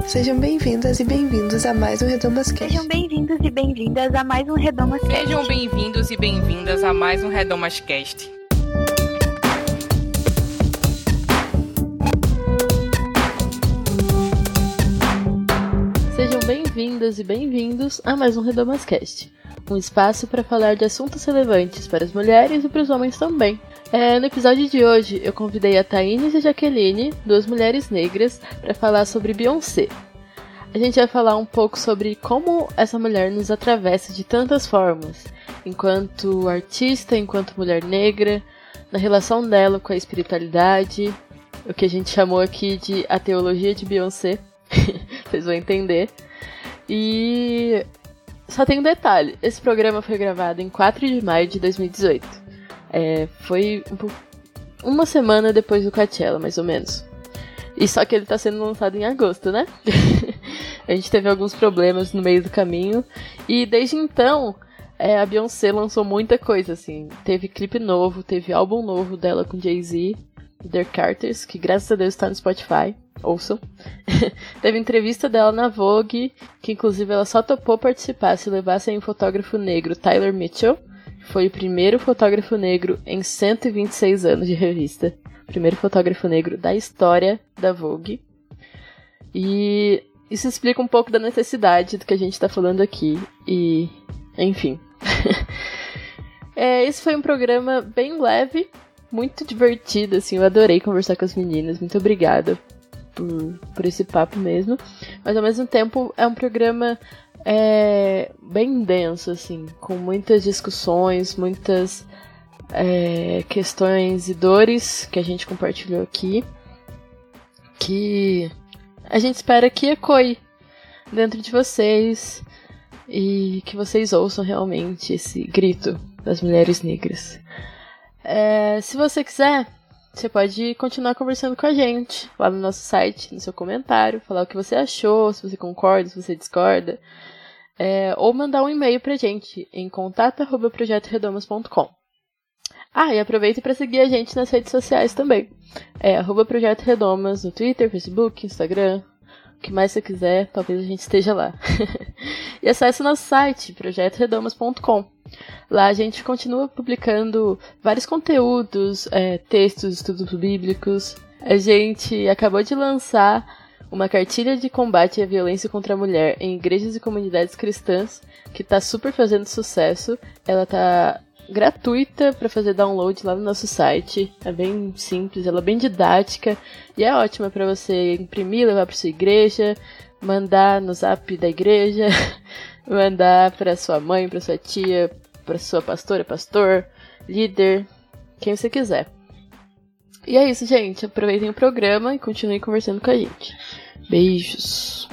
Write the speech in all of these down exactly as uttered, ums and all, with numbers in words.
Sejam bem-vindas e bem-vindos a mais um RedomasCast. Sejam bem-vindos e bem-vindas a mais um RedomasCast. Sejam bem-vindos e bem-vindas a mais um RedomasCast. Sejam bem-vindas e bem-vindos a mais um RedomasCast, um espaço para falar de assuntos relevantes para as mulheres e para os homens também. É, no episódio de hoje, eu convidei a Thaines e a Jaqueline, duas mulheres negras, para falar sobre Beyoncé. A gente vai falar um pouco sobre como essa mulher nos atravessa de tantas formas, enquanto artista, enquanto mulher negra, na relação dela com a espiritualidade, o que a gente chamou aqui de a teologia de Beyoncé, vocês vão entender. E só tem um detalhe, esse programa foi gravado em quatro de maio de dois mil e dezoito. É, foi um, uma semana depois do Coachella, mais ou menos. E só que ele tá sendo lançado em agosto, né? A gente teve alguns problemas no meio do caminho. E desde então, é, a Beyoncé lançou muita coisa, assim. Teve clipe novo, teve álbum novo dela com Jay-Z, The Carters, que graças a Deus tá no Spotify. Ouçam. Teve entrevista dela na Vogue, que inclusive ela só topou participar se levassem um fotógrafo negro, Tyler Mitchell. Foi o primeiro fotógrafo negro em cento e vinte e seis anos de revista. Primeiro fotógrafo negro da história da Vogue. E isso explica um pouco da necessidade do que a gente tá falando aqui. E, enfim. é, esse foi um programa bem leve, muito divertido, assim. Eu adorei conversar com as meninas. Muito obrigada por, por esse papo mesmo. Mas, ao mesmo tempo, é um programa é, bem denso, assim. Com muitas discussões, muitas é, questões e dores que a gente compartilhou aqui. Que a gente espera que ecoe dentro de vocês e que vocês ouçam realmente esse grito das mulheres negras. É, se você quiser, você pode continuar conversando com a gente lá no nosso site, no seu comentário, falar o que você achou, se você concorda, se você discorda, é, ou mandar um e-mail pra gente em contato arroba projeto redomas ponto com. Ah, e aproveita para seguir a gente nas redes sociais também. É arroba Projeto Redomas no Twitter, Facebook, Instagram, o que mais você quiser, talvez a gente esteja lá. E acesse o nosso site, projeto redomas ponto com. Lá a gente continua publicando vários conteúdos, é, textos, estudos bíblicos. A gente acabou de lançar uma cartilha de combate à violência contra a mulher em igrejas e comunidades cristãs, que está super fazendo sucesso. Ela está gratuita para fazer download lá no nosso site. É bem simples, ela é bem didática e é ótima para você imprimir, levar para sua igreja, mandar no zap da igreja, mandar para sua mãe, para sua tia, para sua pastora, pastor, líder, quem você quiser. E é isso, gente. Aproveitem o programa e continuem conversando com a gente. Beijos.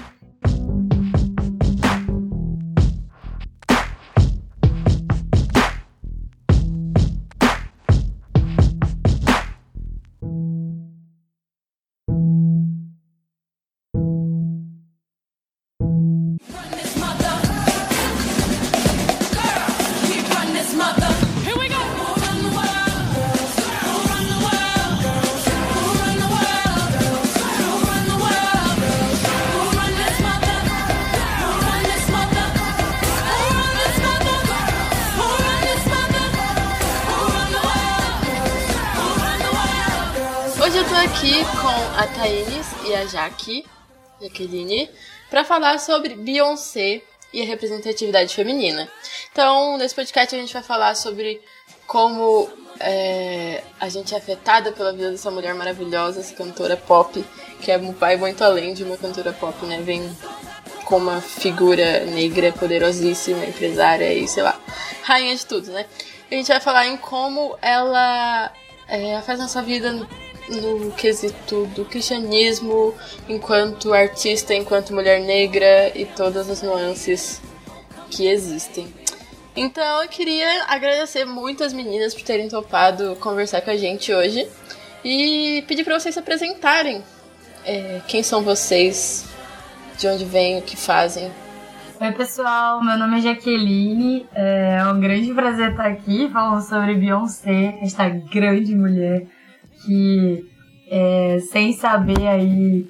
Hoje eu tô aqui com a Thaines e a Jaque, Jaqueline, pra falar sobre Beyoncé e a representatividade feminina. Então, nesse podcast a gente vai falar sobre como é, a gente é afetada pela vida dessa mulher maravilhosa, essa cantora pop, que é, vai muito além de uma cantora pop, né? Vem com uma figura negra poderosíssima, empresária e, sei lá, rainha de tudo, né? E a gente vai falar em como ela é, faz nossa vida no, no quesito do cristianismo, enquanto artista, enquanto mulher negra e todas as nuances que existem. Então eu queria agradecer muito as meninas por terem topado conversar com a gente hoje e pedir para vocês se apresentarem. É, quem são vocês? De onde vêm? O que fazem? Oi pessoal, meu nome é Jaqueline, é um grande prazer estar aqui falando sobre Beyoncé, esta grande mulher que, é, sem saber aí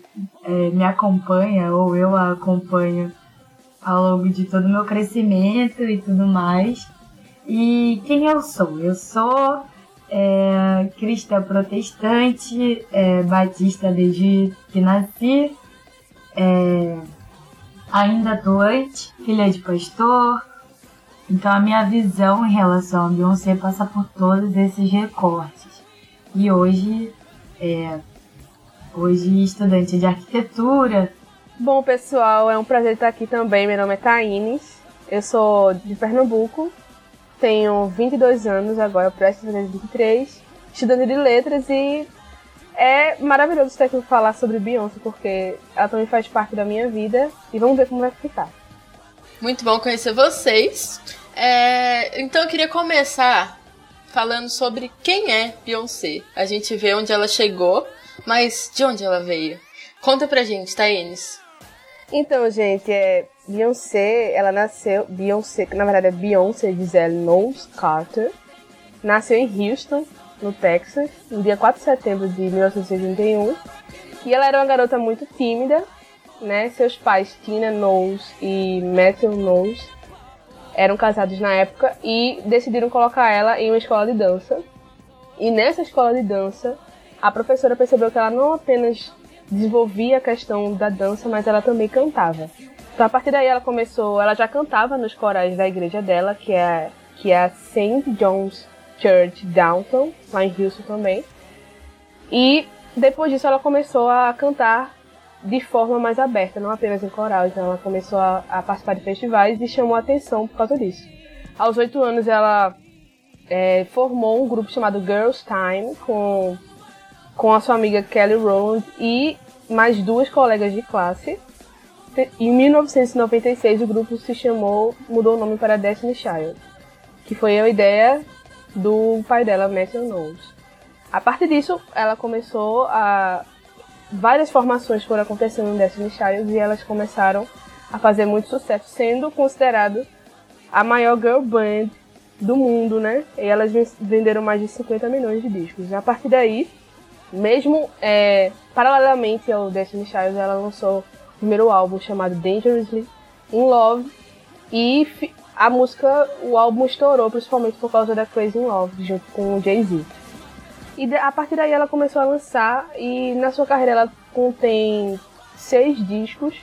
é, me acompanha, ou eu a acompanho ao longo de todo o meu crescimento e tudo mais. E quem eu sou? Eu sou é, cristã protestante, é, batista desde que nasci, é, ainda atuante, filha de pastor. Então a minha visão em relação a Beyoncé passa por todos esses recortes. E hoje, é, hoje estudante de arquitetura. Bom, pessoal, é um prazer estar aqui também. Meu nome é Thaínes, eu sou de Pernambuco, tenho vinte e dois anos agora, prestes a fazer vinte e três, estudante de letras, e é maravilhoso estar aqui para falar sobre Beyoncé, porque ela também faz parte da minha vida, e vamos ver como vai ficar. Muito bom conhecer vocês. É, então eu queria começar falando sobre quem é Beyoncé. A gente vê onde ela chegou, mas de onde ela veio? Conta pra gente, Thaínes. Então, gente, é, Beyoncé, ela nasceu, Beyoncé, na verdade é Beyoncé Giselle Knowles Carter, nasceu em Houston, no Texas, no dia quatro de setembro de mil novecentos e oitenta e um, e ela era uma garota muito tímida, né? Seus pais, Tina Knowles e Matthew Knowles, eram casados na época e decidiram colocar ela em uma escola de dança. E nessa escola de dança, a professora percebeu que ela não apenas desenvolvia a questão da dança, mas ela também cantava. Então, a partir daí, ela começou... Ela já cantava nos corais da igreja dela, que é, que é a Saint John's Church Downtown, lá em Houston também. E depois disso, ela começou a cantar de forma mais aberta, não apenas em coral. Então, ela começou a, a participar de festivais e chamou a atenção por causa disso. Aos oito anos, ela é, formou um grupo chamado Girls Time, com... com a sua amiga Kelly Rowland e mais duas colegas de classe. Em mil novecentos e noventa e seis, o grupo se chamou, mudou o nome para Destiny Child, que foi a ideia do pai dela, Matthew Knowles. A partir disso, ela começou a... Várias formações foram acontecendo no Destiny Child e elas começaram a fazer muito sucesso, sendo considerado a maior girl band do mundo, né? E elas venderam mais de cinquenta milhões de discos. A partir daí, mesmo é, paralelamente ao Destiny Child, ela lançou o primeiro álbum chamado Dangerously in Love, e a música, o álbum estourou principalmente por causa da Crazy in Love, junto com o Jay-Z. E a partir daí ela começou a lançar, e na sua carreira ela contém seis discos,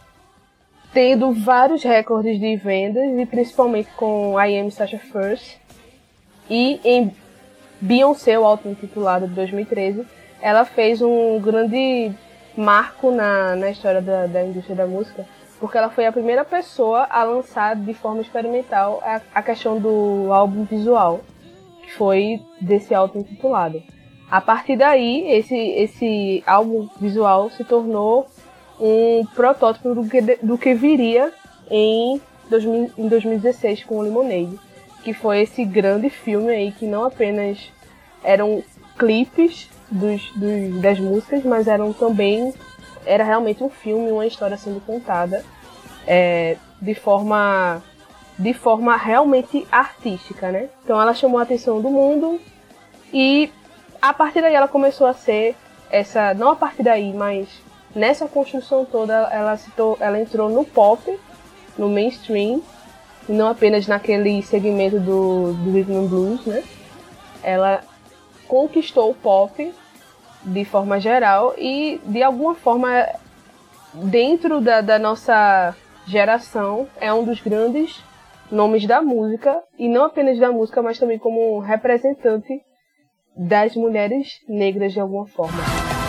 tendo vários recordes de vendas, e principalmente com I Am Sasha Fierce. E em Beyoncé, o álbum intitulado de dois mil e treze, ela fez um grande marco na, na história da, da indústria da música, porque ela foi a primeira pessoa a lançar de forma experimental a, a questão do álbum visual, que foi desse álbum intitulado. A partir daí, esse, esse álbum visual se tornou um protótipo do que, do que viria em, dois mil, em dois mil e dezesseis com o Lemonade, que foi esse grande filme aí que não apenas eram clipes dos, dos, das músicas, mas eram também, era realmente um filme, uma história sendo contada é, de forma de forma realmente artística, né? Então ela chamou a atenção do mundo, e a partir daí ela começou a ser essa, não a partir daí, mas nessa construção toda ela, se to, ela entrou no pop, no mainstream, e não apenas naquele segmento do, do rhythm and blues, né? Ela conquistou o pop de forma geral e, de alguma forma, dentro da, da nossa geração, é um dos grandes nomes da música, e não apenas da música, mas também como representante das mulheres negras de alguma forma.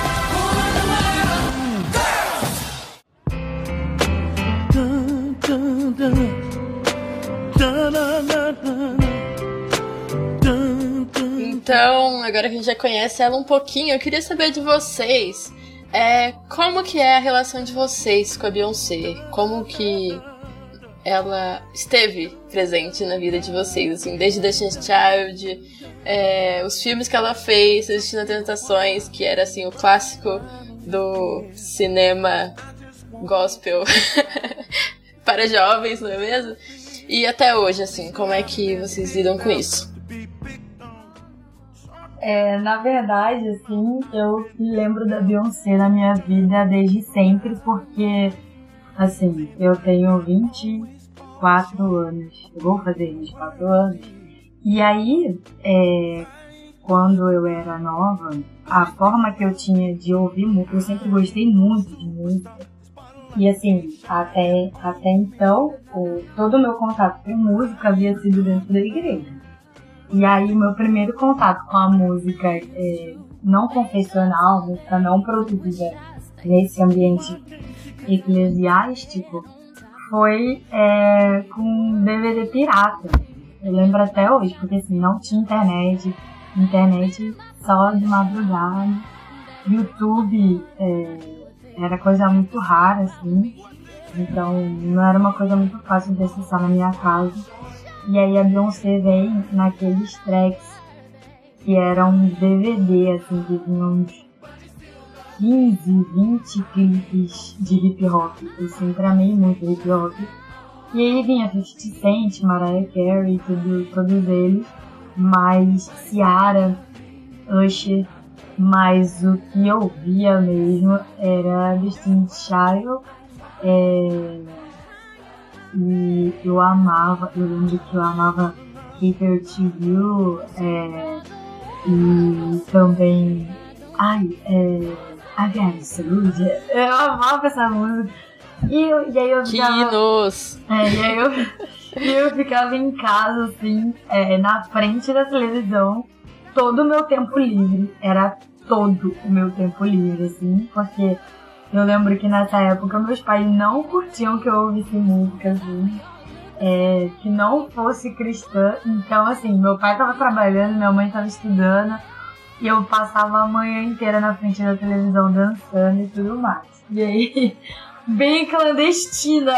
Então, agora que a gente já conhece ela um pouquinho, eu queria saber de vocês, é, como que é a relação de vocês com a Beyoncé? Como que ela esteve presente na vida de vocês, assim, desde Destiny's Child, é, os filmes que ela fez, Resistindo a Tentações, que era assim o clássico do cinema gospel para jovens, não é mesmo? E até hoje, assim, como é que vocês lidam com isso? É, na verdade, assim, eu lembro da Beyoncé na minha vida desde sempre, porque, assim, eu tenho vinte e quatro anos, eu vou fazer vinte e quatro anos, e aí, é, quando eu era nova, a forma que eu tinha de ouvir música, eu sempre gostei muito de música, e assim, até, até então, o, todo o meu contato com música havia sido dentro da igreja. E aí, meu primeiro contato com a música é, não confessional, música não produzida nesse ambiente eclesiástico, foi é, com D V D pirata. Eu lembro até hoje, porque assim, não tinha internet, internet só de madrugada. YouTube é, era coisa muito rara, assim, então não era uma coisa muito fácil de acessar na minha casa. E aí a Beyoncé veio naqueles tracks que eram D V D, assim, que tinham uns quinze, vinte clipes de hip hop. Eu sempre amei muito hip hop. E aí vinha fifty Cent, Mariah Carey, tudo, todos eles. Mas Ciara, Usher, mas o que eu via mesmo era Destiny's Child. É... E eu amava, eu lembro que eu amava Cater to You, é, e também, ai, é, I Got Saúde. Eu amava essa música. E, eu, e aí eu ficava... Quinos! É, e aí eu, e eu ficava em casa, assim, é, na frente da televisão, todo o meu tempo livre. Era todo o meu tempo livre, assim, porque... Eu lembro que nessa época meus pais não curtiam que eu ouvisse música, assim, é, que não fosse cristã. Então, assim, meu pai tava trabalhando, minha mãe tava estudando, e eu passava a manhã inteira na frente da televisão dançando e tudo mais. E aí, bem clandestina.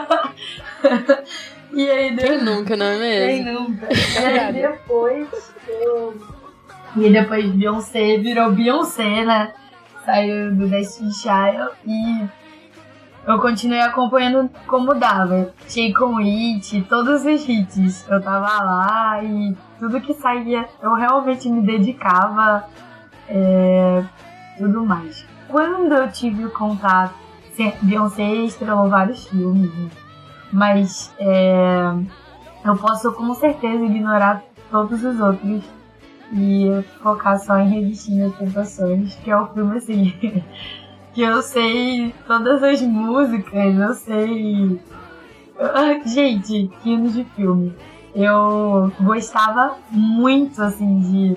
E aí, Quem depois... nunca, não é mesmo? Quem nunca. E aí depois, eu... E depois Beyoncé virou Beyoncé, né? Saiu do Destiny's Child e eu continuei acompanhando como dava. Shake on It, todos os hits. Eu tava lá e tudo que saía eu realmente me dedicava, é, tudo mais. Quando eu tive o contato, Beyoncé estrelou vários filmes, né? Mas é, eu posso com certeza ignorar todos os outros e focar só em Revistinhas Tentações, que é o filme assim, que eu sei todas as músicas, eu sei... Gente, que anos de filme. Eu gostava muito, assim, de...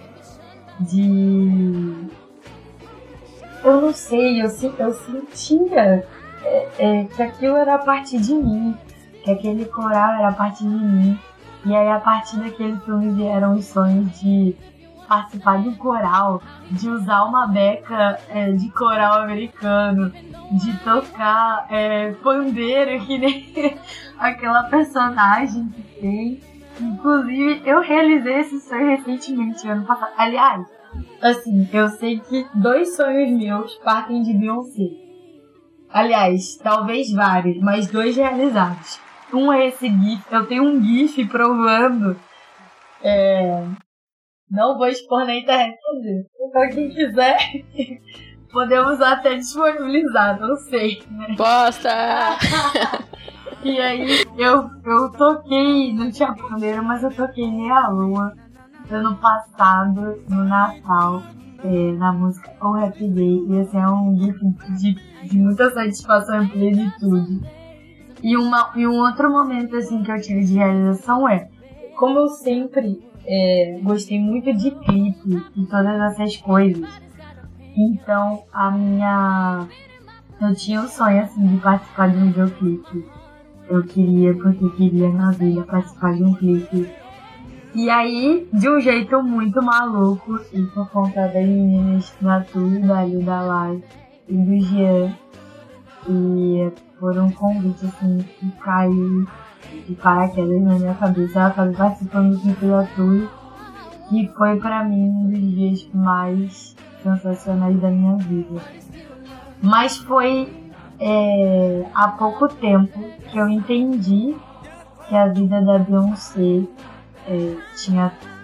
de... Eu não sei, eu, eu sentia é, é, que aquilo era parte de mim, que aquele coral era parte de mim. E aí, a partir daquele filme, vieram os sonhos de participar de um coral, de usar uma beca é, de coral americano, de tocar é, pandeiro, que nem aquela personagem que tem. Inclusive, eu realizei esse sonho recentemente, ano passado. Aliás, assim, eu sei que dois sonhos meus partem de Beyoncé. Aliás, talvez vários, mas dois realizados. Um é esse GIF, eu tenho um GIF provando, é, não vou expor na internet, para quem quiser, podemos até disponibilizar, não sei, né? Posta! E aí, eu, eu toquei, não tinha pandeiro, mas eu toquei Meia Lua, ano passado, no Natal, é, na música Oh Happy Day, e assim, é um GIF de, de muita satisfação e plenitude. E, uma, e um outro momento assim que eu tive de realização é, como eu sempre é, gostei muito de clipe e todas essas coisas, então a minha... eu tinha o sonho assim de participar de um videoclipe. Eu queria, porque queria na vida participar de um clipe. E aí, de um jeito muito maluco, e por conta das meninas da Tui, da Lida Lai e do Jean, e por um convite assim que caiu de paraquedas na minha cabeça, ela estava participando do clipe da Tui, que foi pra mim um dos dias mais sensacionais da minha vida. Mas foi é, há pouco tempo que eu entendi que a vida da Beyoncé é, tinha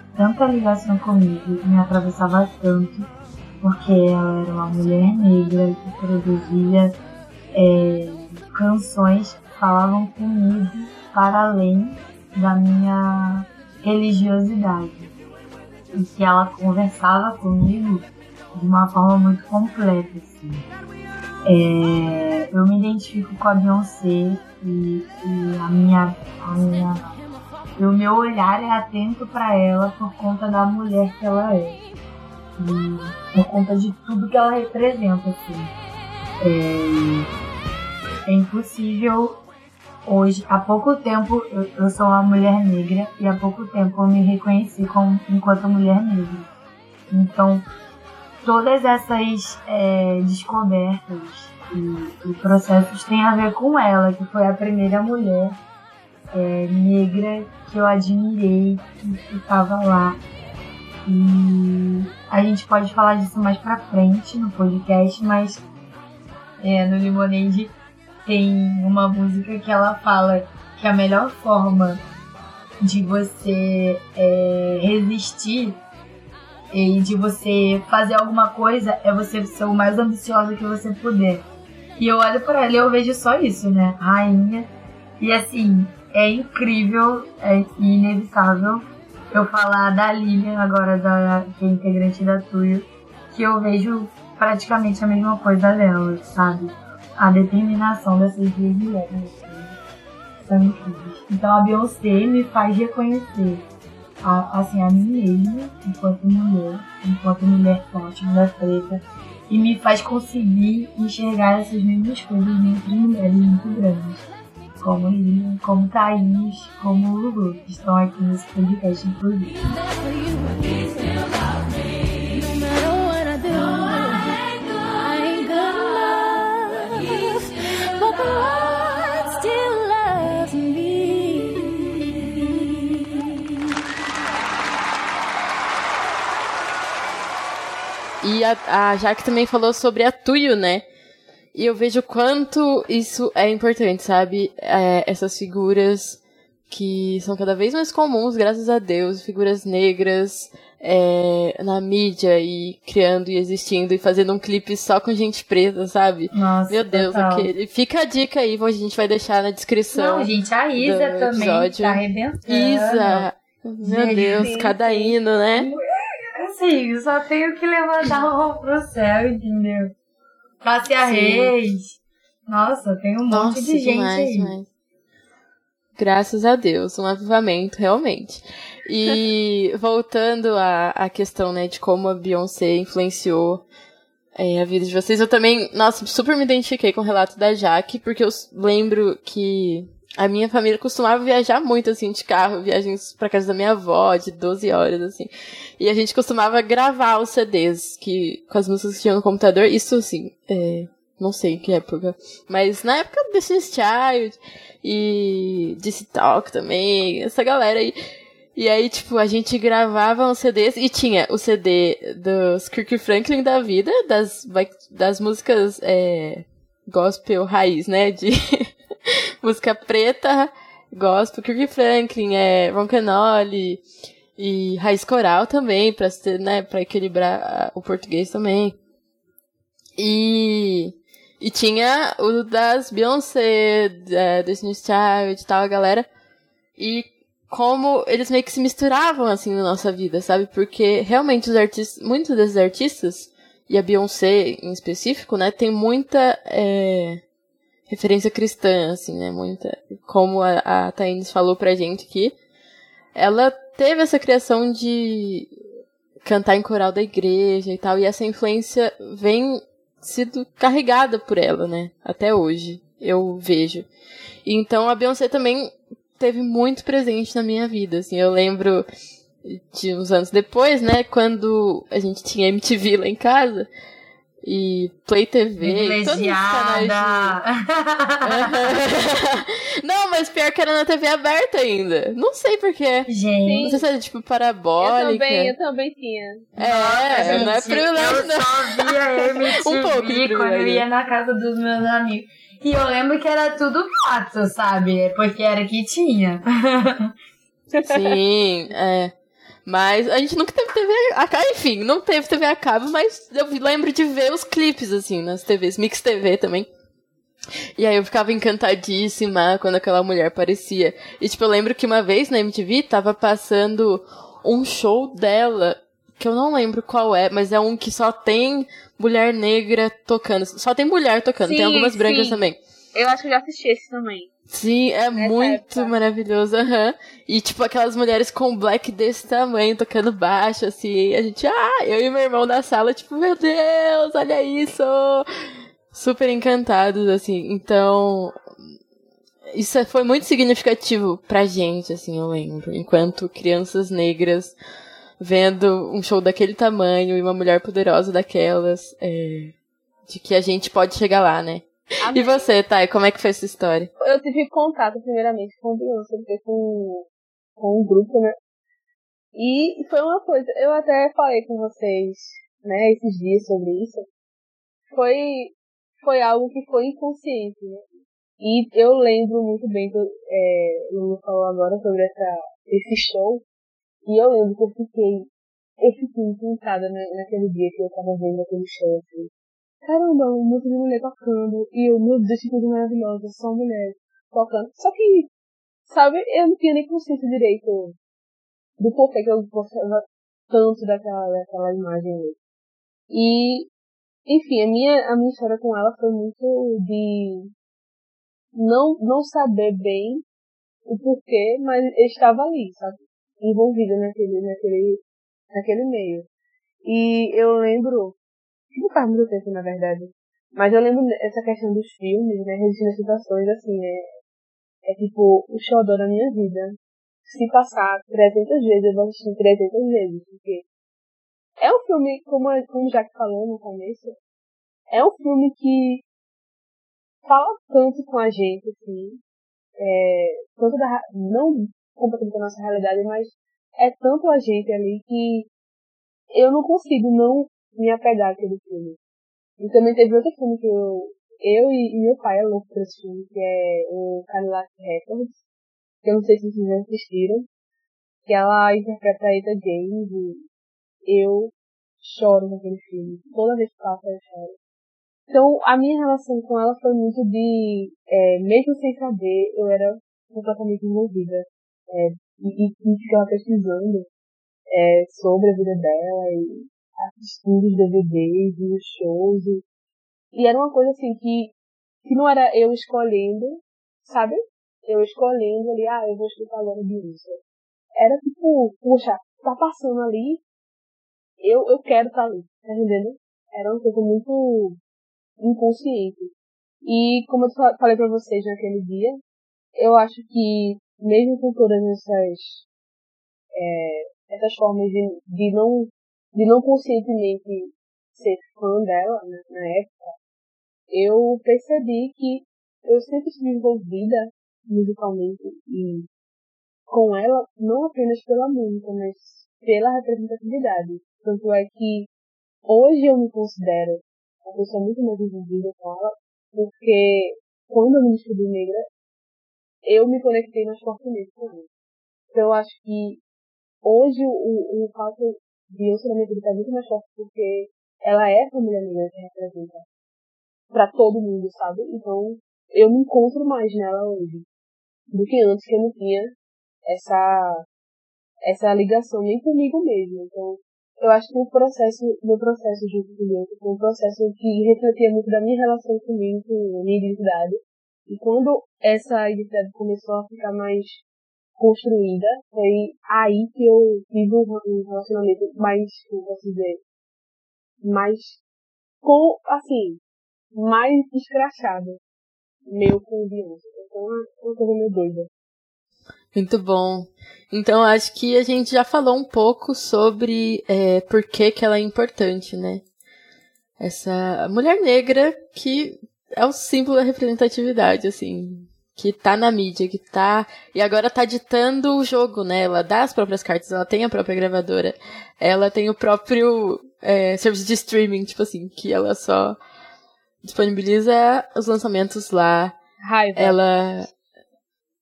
tanta ligação comigo, me atravessava tanto, porque ela era uma mulher negra que produzia é, canções que falavam comigo para além da minha religiosidade. E que ela conversava comigo de uma forma muito completa, assim. É, eu me identifico com a Beyoncé e, e a minha, a minha, e o meu olhar é atento para ela por conta da mulher que ela é e por conta de tudo que ela representa, assim. É, é impossível hoje, há pouco tempo eu, eu sou uma mulher negra e há pouco tempo eu me reconheci como, enquanto mulher negra. Então todas essas é, descobertas e, e processos têm a ver com ela, que foi a primeira mulher é, negra que eu admirei, que estava lá. E a gente pode falar disso mais pra frente no podcast, mas é, no Lemonade tem uma música que ela fala que a melhor forma de você é, resistir e de você fazer alguma coisa é você ser o mais ambicioso que você puder. E eu olho pra ela e eu vejo só isso, né? Rainha. E assim, é incrível, é inevitável eu falar da Lilian, agora da, que é integrante da Tuyo, que eu vejo praticamente a mesma coisa dela, sabe? A determinação dessas duas mulheres, assim, são incríveis. Então a Beyoncé me faz reconhecer a, assim, a mim mesma, enquanto mulher, enquanto mulher forte, mulher preta, e me faz conseguir enxergar essas mesmas coisas entre mulheres muito grandes, como Lilian, como Thaís, como Lulu, que estão aqui nesse podcast, inclusive. E a, a Jaque também falou sobre a Tuyo, né? E eu vejo o quanto isso é importante, sabe? É, essas figuras que são cada vez mais comuns, graças a Deus, figuras negras é, na mídia e criando e existindo e fazendo um clipe só com gente preta, sabe? Nossa, meu Deus, aquele. Fica a dica aí, a gente vai deixar na descrição. Não, gente, a Isa também episódio. Tá arrebentando. Isa, meu gente, Deus, sim, cada sim. hino, né? Assim, eu só tenho que levantar a mão pro céu, entendeu? Cássia Reis. Nossa, tem um Nossa, monte de gente demais, aí. Demais. Graças a Deus, um avivamento, realmente. E voltando à, à questão, né, de como a Beyoncé influenciou é, a vida de vocês, eu também, nossa, super me identifiquei com o relato da Jaque, porque eu lembro que a minha família costumava viajar muito, assim, de carro, viagens pra casa da minha avó, de doze horas, assim. E a gente costumava gravar os C Ds que, com as músicas que tinham no computador. Isso, assim, é, não sei em que época. Mas na época do Destiny's Child e D C Talk também, essa galera aí. E aí, tipo, a gente gravava uns C Ds e tinha o C D dos Kirk Franklin da vida, das, das músicas é, gospel raiz, né, de... música preta, gospel, Kirk Franklin, é, Ron Kenoly e raiz coral também, pra, né, pra equilibrar o português também. E, e tinha o das Beyoncé, é, Destiny's Child e tal, a galera. E como eles meio que se misturavam, assim, na nossa vida, sabe? Porque realmente os artistas, muitos desses artistas, e a Beyoncé em específico, né, tem muita... É, referência cristã, assim, né, muita, como a, a Thaís falou pra gente aqui, ela teve essa criação de cantar em coral da igreja e tal, e essa influência vem sido carregada por ela, né, até hoje, eu vejo. E então a Beyoncé também teve muito presente na minha vida, assim, eu lembro de uns anos depois, né, quando a gente tinha M T V lá em casa, e Play T V, todos os canais de... Não, mas pior que era na T V aberta ainda. Não sei porquê. Gente. Não sei se era tipo parabólica. Eu também, eu também tinha. É, Nossa, gente, não é privilégio, não. Eu só via M T V um pouco quando eu ia na casa dos meus amigos. E eu lembro que era tudo mato, sabe? Porque era que tinha. Sim, é. Mas a gente nunca teve T V a cabo, enfim, não teve T V a cabo, mas eu lembro de ver os clipes, assim, nas T Vs, Mix T V também. E aí eu ficava encantadíssima quando aquela mulher aparecia. E, tipo, eu lembro que uma vez na M T V tava passando um show dela, que eu não lembro qual é, mas é um que só tem mulher negra tocando. Só tem mulher tocando, sim, tem algumas brancas sim. também. Eu acho que eu já assisti esse também. Sim, é Nessa muito época. maravilhoso, aham. Uhum. E, tipo, aquelas mulheres com black desse tamanho, tocando baixo, assim, a gente, ah, eu e meu irmão na sala, tipo, meu Deus, olha isso! Super encantados, assim, então, isso foi muito significativo pra gente, assim, eu lembro, enquanto crianças negras vendo um show daquele tamanho e uma mulher poderosa daquelas, é, de que a gente pode chegar lá, né? Amém. E você, Thay, como é que foi essa história? Eu tive contato, primeiramente, com o Beyoncé, com, com um grupo, né? E foi uma coisa, eu até falei com vocês, né, esses dias sobre isso. Foi, foi algo que foi inconsciente, né? E eu lembro muito bem, é, o Lulu falou agora sobre essa, esse show, e eu lembro que eu fiquei, eu fiquei encantada, né, naquele dia que eu tava vendo aquele show, assim. Caramba, um monte de mulher tocando, e eu, meu Deus, que coisa maravilhosa, só mulher tocando. Só que, sabe, eu não tinha nem consciência direito do porquê que eu gostava tanto daquela, daquela imagem ali. E, enfim, a minha, a minha história com ela foi muito de não, não saber bem o porquê, mas eu estava ali, sabe, envolvida naquele, naquele, naquele meio. E eu lembro, não faz muito tempo, na verdade, mas eu lembro essa questão dos filmes, né, resistindo às situações, assim, é, é tipo o xodó da minha vida. Se passar trezentas vezes, eu vou assistir trezentas vezes, porque é um filme, como, como o Jack falou no começo, é um filme que fala tanto com a gente, assim, é, tanto da, não completamente da nossa realidade, mas é tanto a gente ali que eu não consigo não me apegar àquele filme. E também teve outro filme que eu, eu e, e meu pai é louco por esse filme, que é o Cadillac Records, que eu não sei se vocês já assistiram, que ela interpreta a Eta James, e eu choro naquele filme. Toda vez que passa, eu choro. Então, a minha relação com ela foi muito de, é, mesmo sem saber, eu era completamente envolvida. É, e, e ficava pesquisando é, sobre a vida dela, e assistindo os D V Ds e os shows. E, e era uma coisa assim que, que não era eu escolhendo, sabe? Eu escolhendo ali, ah, eu vou escutar agora Beyoncé. Era tipo, puxa, tá passando ali, eu, eu quero estar ali, tá entendendo? Era uma coisa muito inconsciente. E como eu falei pra vocês naquele dia, eu acho que mesmo com todas essas é, essas formas de, de, não, de não conscientemente ser fã dela, né, na época, eu percebi que eu sempre estive envolvida musicalmente e com ela, não apenas pela música, mas pela representatividade. Tanto é que hoje eu me considero uma pessoa muito mais envolvida com ela, porque quando eu me descobri negra, eu me conectei mais fortemente com ela. Então eu acho que hoje o, o fato de eu ser da minha vida está muito mais forte, porque ela é a família negra que representa pra todo mundo, sabe? Então eu me encontro mais nela hoje do que antes, que eu não tinha essa, essa ligação nem comigo mesmo. Então, eu acho que o processo, meu processo junto com Deus foi um processo que refletia muito da minha relação comigo, com a minha identidade. E quando essa identidade começou a ficar mais construída, foi aí que eu tive um relacionamento mais, como posso dizer, mais, com, assim, mais escrachado, meu com o Beyoncé. Então, é uma coisa meio doida. Muito bom. Então, acho que a gente já falou um pouco sobre é, por que que ela é importante, né? Essa mulher negra que é o símbolo da representatividade, assim, que tá na mídia, que tá... E agora tá ditando o jogo, né? Ela dá as próprias cartas, ela tem a própria gravadora, ela tem o próprio é, serviço de streaming, tipo assim, que ela só disponibiliza os lançamentos lá. Raiva. Ela...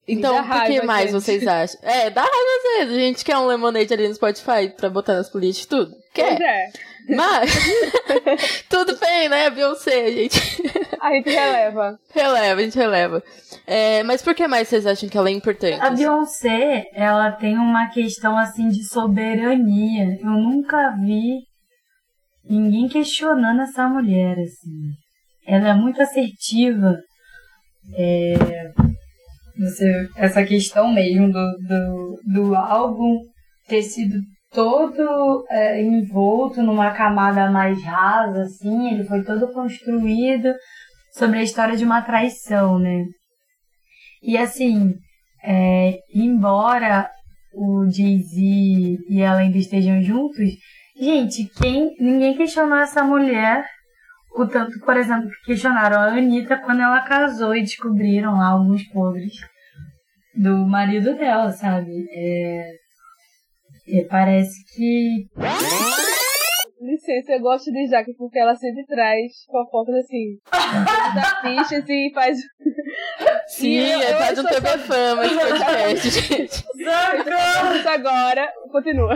Então, dá por que raiva, mais gente. vocês acham? É, dá raiva às vezes. A gente quer um Lemonade ali no Spotify pra botar nas playlists e tudo. Quer. Pois é. Mas, tudo bem, né, Beyoncé, a gente A gente releva. releva, a gente releva. É, mas por que mais vocês acham que ela é importante? A Beyoncé, ela tem uma questão assim de soberania. Eu nunca vi ninguém questionando essa mulher, assim. Ela é muito assertiva. É, você, essa questão mesmo do, do, do álbum ter sido todo é, envolto numa camada mais rasa, assim. Ele foi todo construído sobre a história de uma traição, né? E assim, é, embora o Jay-Z e ela ainda estejam juntos, gente, quem, ninguém questionou essa mulher o tanto, por exemplo, que questionaram a Anitta quando ela casou e descobriram lá alguns podres do marido dela, sabe? É, é, parece que... Licença, eu gosto de Jaque porque ela sempre traz fofocas assim, das fichas e faz... Sim, E eu- é eu quase um sou T V Fama esse podcast, gente. Socorro! Isso agora, continua.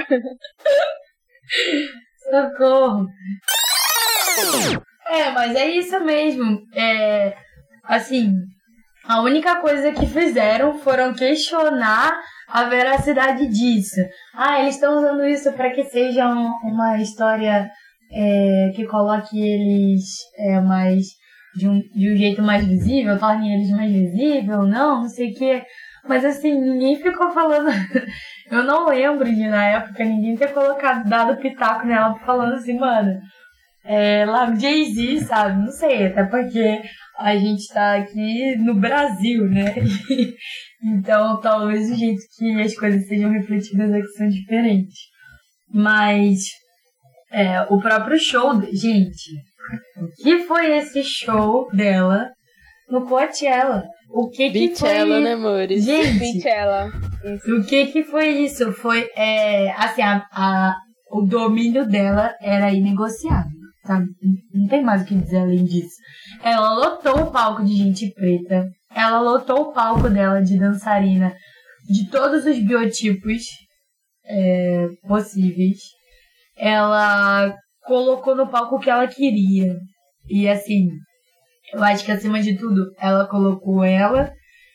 Socorro! É, mas é isso mesmo. É, assim, a única coisa que fizeram foram questionar a veracidade disso. Ah, eles estão usando isso para que seja um- uma história é, que coloque eles é, mais de um, de um jeito mais visível, torne eles mais visível, não, não sei o quê. Mas assim, ninguém ficou falando. Eu não lembro de na época ninguém ter colocado, dado pitaco nela falando assim, mano. É, lá o Jay-Z, sabe? Não sei, até porque a gente tá aqui no Brasil, né? Então, talvez o jeito que as coisas sejam refletidas aqui são diferentes. Mas, é, o próprio show... Gente, o que foi esse show dela no Coachella? O que que Beachella, foi... né, amores? Gente, Beachella. o que que foi isso? Foi, é, assim, a, a, o domínio dela era inegociável, sabe? Não tem mais o que dizer além disso. Ela lotou o palco de gente preta, ela lotou o palco dela de dançarina de todos os biotipos é, possíveis. Ela colocou no palco o que ela queria. E assim, eu acho que acima de tudo, ela colocou ela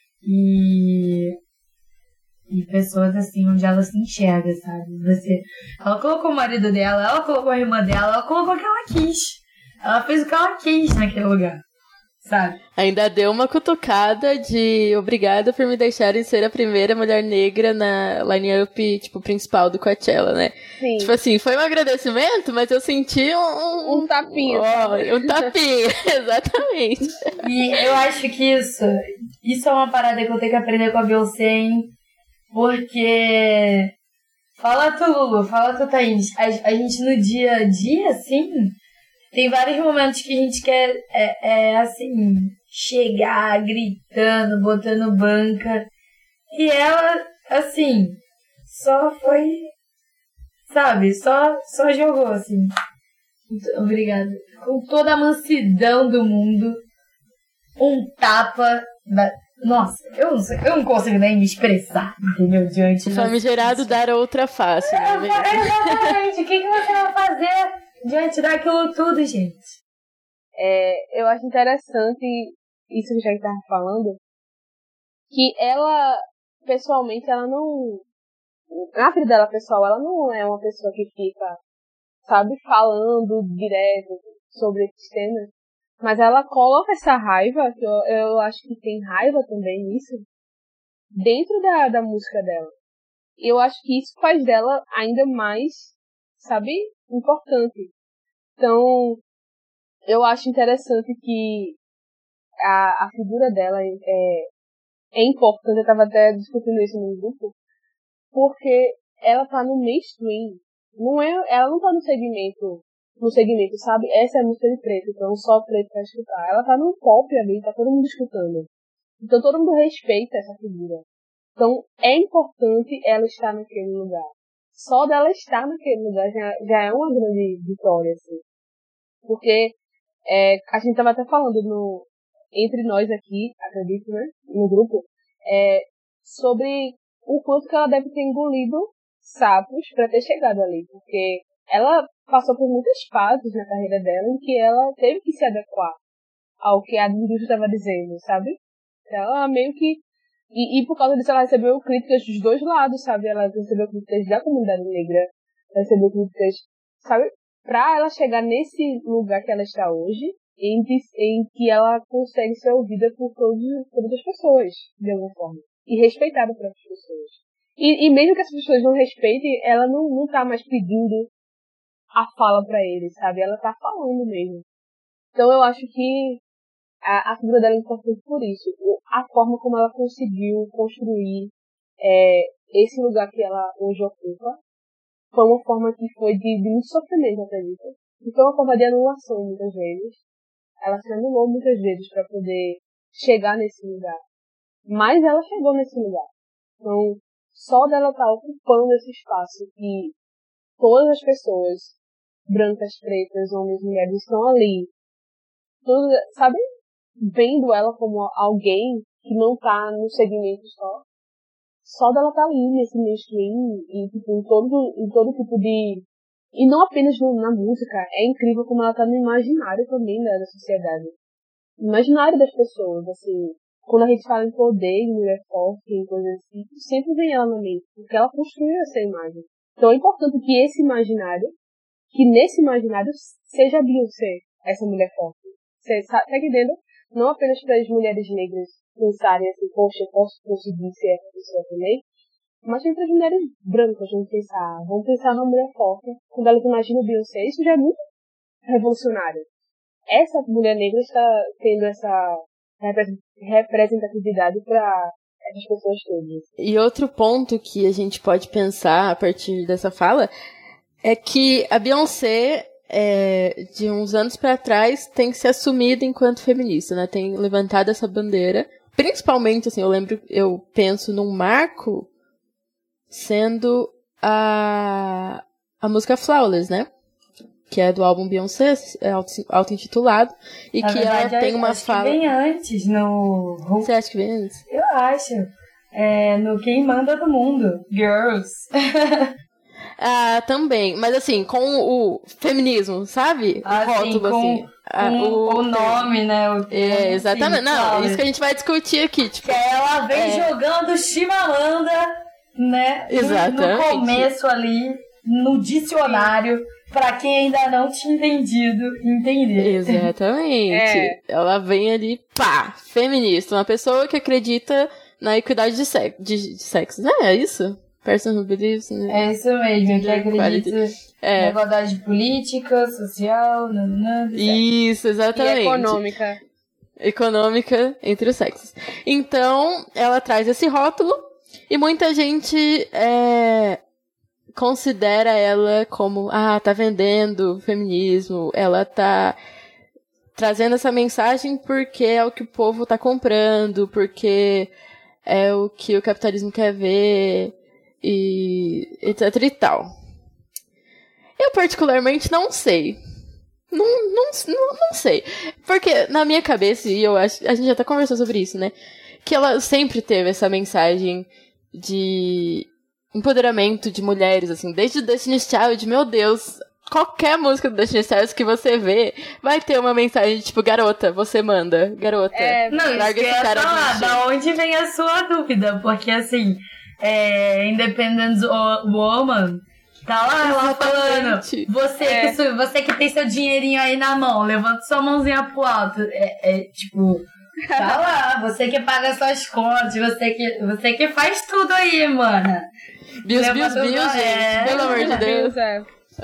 e... e pessoas assim, onde ela se enxerga, sabe? Você, ela colocou o marido dela, ela colocou a irmã dela, ela colocou o que ela quis. Ela fez o que ela quis naquele lugar, sabe? Ainda deu uma cutucada de obrigada por me deixarem ser a primeira mulher negra na line-up, tipo, principal do Coachella, né? Sim. Tipo assim, foi um agradecimento, mas eu senti um... Um tapinha. Oh, um tapinha, exatamente. E eu acho que isso, isso é uma parada que eu tenho que aprender com a Beyoncé, hein? Porque... Fala tu, Lulu, fala tu, Thaís. A, a gente no dia a dia, assim, tem vários momentos que a gente quer, é, é assim, chegar gritando, botando banca. E ela, assim, só foi, sabe, só, só jogou, assim. Muito obrigada. Com toda a mansidão do mundo, um tapa... Da... Nossa, eu não, sei, eu não consigo nem me expressar, entendeu? Diante da Famigerado dar outra face, né? É, exatamente. O que, que você vai fazer diante daquilo tudo, gente? É, eu acho interessante isso que a gente estava falando, que ela, pessoalmente, ela não... Na vida dela pessoal, ela não é uma pessoa que fica, sabe, falando direto sobre esses temas. Mas ela coloca essa raiva, que eu, eu acho que tem raiva também nisso, dentro da, da música dela. E eu acho que isso faz dela ainda mais, sabe, importante. Então, eu acho interessante que a, a figura dela é, é importante. Eu tava até discutindo isso no grupo, porque ela tá no mainstream. Não é, ela não tá no segmento... no segmento, sabe? Essa é a música de preto, então só preto pra escutar. Ela tá no pop ali, tá todo mundo escutando. Então todo mundo respeita essa figura. Então é importante ela estar naquele lugar. Só dela estar naquele lugar já, já é uma grande vitória, assim. Porque é, a gente tava até falando no, entre nós aqui, acredito, né? No grupo, é, sobre o quanto que ela deve ter engolido sapos para ter chegado ali, porque ela passou por muitas fases na carreira dela em que ela teve que se adequar ao que a indústria estava dizendo, sabe? Ela meio que... E, e por causa disso ela recebeu críticas dos dois lados, sabe? Ela recebeu críticas da comunidade negra, recebeu críticas, sabe? Pra ela chegar nesse lugar que ela está hoje, em, em que ela consegue ser ouvida por todos, todas as pessoas, de alguma forma. E respeitada por outras pessoas. E, e mesmo que essas pessoas não respeitem, ela não, não tá mais pedindo a fala pra eles, sabe? Ela tá falando mesmo. Então eu acho que a, a figura dela é importante por isso. A forma como ela conseguiu construir é, esse lugar que ela hoje ocupa foi uma forma que foi de, de muito sofrimento, acredito. E foi uma forma de anulação, muitas vezes. Ela se anulou muitas vezes para poder chegar nesse lugar. Mas ela chegou nesse lugar. Então, só dela estar ocupando esse espaço que todas as pessoas, brancas, pretas, homens, mulheres, estão ali, todas, sabe, vendo ela como alguém que não tá no segmento só. Só dela tá ali nesse mainstream e tipo, em todo, em todo tipo de... E não apenas no, na música, é incrível como ela tá no imaginário também, né, da sociedade. Imaginário das pessoas, assim. Quando a gente fala em poder, em mulher forte, em coisas assim, sempre vem ela na mente, porque ela construiu essa imagem. Então é importante que esse imaginário, que nesse imaginário seja a Beyoncé, essa mulher forte. Você tá entendendo? Não apenas para as mulheres negras pensarem assim, poxa, eu posso conseguir ser essa pessoa também, mas também para as mulheres brancas, vamos pensar, vamos pensar na mulher forte, quando elas imaginam Beyoncé, isso já é muito revolucionário. Essa mulher negra está tendo essa representatividade para essas pessoas todas. E outro ponto que a gente pode pensar a partir dessa fala é que a Beyoncé, é, de uns anos para trás, tem se assumido enquanto feminista, né? Tem levantado essa bandeira. Principalmente, assim, eu lembro, eu penso num marco sendo a, a música Flawless, né? Que é do álbum Beyoncé, é auto-intitulado, e Na que verdade, ela tem uma acho fala... que vem antes, no... Você acha que vem antes? Eu acho. É, no Quem Manda do Mundo, Girls. Ah, também. Mas assim, com o feminismo, sabe? Ah, o rótulo, sim, com, assim. Ah, com o, o nome, né? O É, exatamente. Sim, Não, claro. isso que a gente vai discutir aqui. Tipo, Que ela vem é... jogando Chimamanda, né? Exatamente. No, no começo ali, no dicionário, pra quem ainda não tinha entendido, entender. Exatamente. É. Ela vem ali, pá, feminista. Uma pessoa que acredita na equidade de, sex, de, de sexo. Não é isso? Person who believes in... É isso mesmo, que acredita é. na igualdade política, social, nanana, isso, exatamente. E econômica. Econômica entre os sexos. Então, ela traz esse rótulo e muita gente é, considera ela como, ah, tá vendendo feminismo, ela tá trazendo essa mensagem porque é o que o povo tá comprando, porque é o que o capitalismo quer ver, e etc e tal. Eu particularmente não sei. Não, não, não, não sei. Porque na minha cabeça, e eu acho, a gente já até conversou sobre isso, né? Que ela sempre teve essa mensagem de empoderamento de mulheres, assim, desde o Destiny's Child, meu Deus, qualquer música do Destiny's Child que você vê vai ter uma mensagem tipo, garota, você manda, garota. É, não, larga isso esse que cara eu ia falar, de da onde vem a sua dúvida? Porque assim, é, Independent Woman tá lá, ela falando, você, É. que, su- você que tem seu dinheirinho aí na mão, levanta sua mãozinha pro alto. É, é tipo, tá lá, você que paga suas contas, você que, você que faz tudo aí, mana. Bios, bios, Levanta bios, os- gente, é. pelo amor de Deus. É.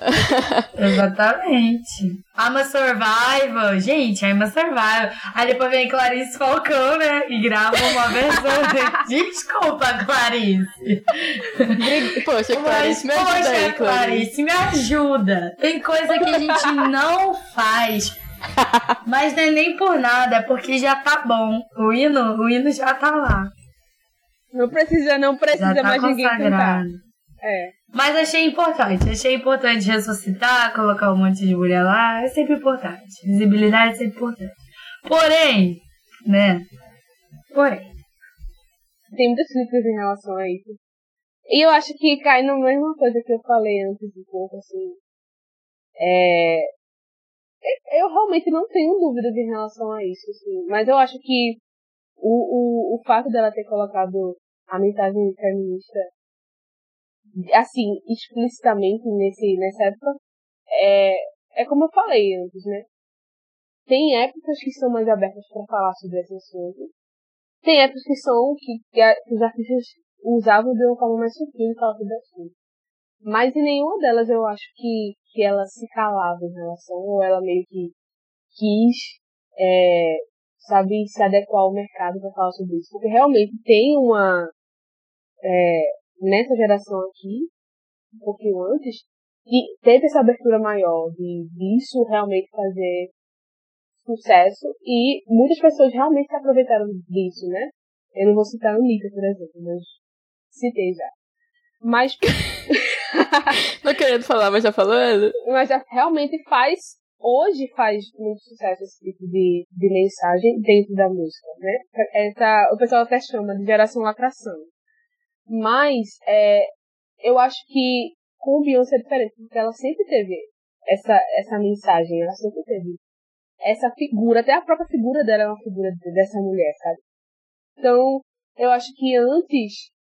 Exatamente. I'm a Survival. Gente, I'm a Survival. Aí depois vem Clarice Falcão, né? E grava uma versão. de... Desculpa, Clarice. Poxa, Clarice, me ajuda Poxa, aí, Clarice. Clarice, me ajuda. Tem coisa que a gente não faz. Mas não é nem por nada, é porque já tá bom. O hino, o hino já tá lá. Não precisa, não precisa Já tá mais ninguém cantar. consagrado. É. Mas achei importante. Achei importante ressuscitar, colocar um monte de mulher lá. É sempre importante. Visibilidade é sempre importante. Porém, né? Porém. Tem tem muitas críticas em relação a isso. E eu acho que cai na mesma coisa que eu falei antes um pouco, assim. É... Eu realmente não tenho dúvidas em relação a isso, assim. Mas eu acho que o, o, o fato dela ter colocado a mensagem feminista, assim, explicitamente nesse, nessa época, é, é como eu falei antes, né? Tem épocas que são mais abertas para falar sobre esse assunto. Tem épocas que são que, que, a, que os artistas usavam de uma forma mais sutil de falar sobre o assunto. Mas em nenhuma delas eu acho que, que ela se calava em relação, ou ela meio que quis, é, sabe, se adequar ao mercado para falar sobre isso. Porque realmente tem uma, é, nessa geração aqui, um pouquinho antes, que teve essa abertura maior de disso realmente fazer sucesso, e muitas pessoas realmente se aproveitaram disso, né? Eu não vou citar a Anitta, por exemplo, mas citei já. Mas... Não querendo falar, mas já falando. Mas já realmente faz, hoje faz muito sucesso esse tipo de, de mensagem dentro da música, né? Essa, o pessoal até chama de geração lacração. Mas é, eu acho que com o Beyoncé é diferente, porque ela sempre teve essa, essa mensagem, ela sempre teve essa figura, até a própria figura dela é uma figura dessa mulher, sabe? Então, eu acho que antes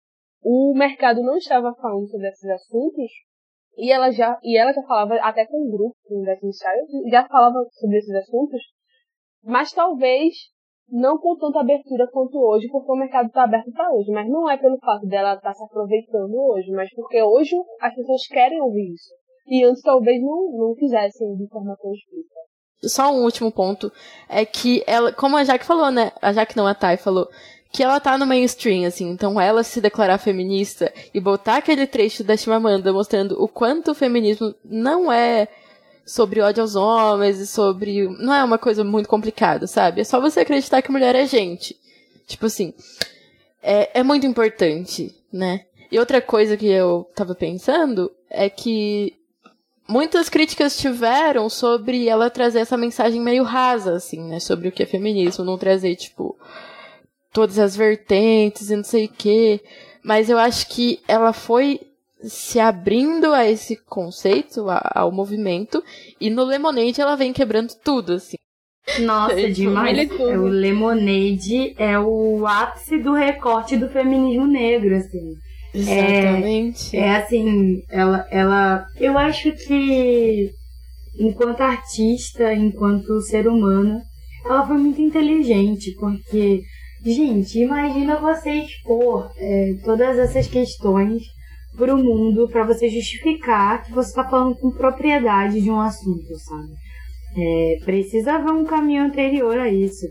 o mercado não estava falando sobre esses assuntos, e ela já, e ela já falava, até com um grupo, com o Destiny Child, já falava sobre esses assuntos, mas talvez não com tanta abertura quanto hoje, porque o mercado está aberto para hoje, mas não é pelo fato dela estar tá se aproveitando hoje, mas porque hoje as pessoas querem ouvir isso, e antes talvez não, não fizessem de forma tão explícita. Só um último ponto, é que ela, como a Jaque falou, né, a Jaque não, a Thay falou, que ela tá no mainstream, assim, então ela se declarar feminista e botar aquele trecho da Chimamanda mostrando o quanto o feminismo não é sobre ódio aos homens e sobre... não é uma coisa muito complicada, sabe? É só você acreditar que mulher é gente. Tipo assim, é, é muito importante, né? E outra coisa que eu tava pensando é que muitas críticas tiveram sobre ela trazer essa mensagem meio rasa, assim, né? Sobre o que é feminismo, não trazer, tipo, todas as vertentes e não sei o quê. Mas eu acho que ela foi se abrindo a esse conceito, a, ao movimento, e no Lemonade ela vem quebrando tudo, assim. Nossa, É, demais. tudo. O Lemonade é o ápice do recorte do feminismo negro, assim. Exatamente. É, é assim, ela, ela... Eu acho que, enquanto artista, enquanto ser humana, ela foi muito inteligente, porque, gente, imagina você expor é, todas essas questões para o mundo, para você justificar que você está falando com propriedade de um assunto, sabe? É, precisa haver um caminho anterior a isso.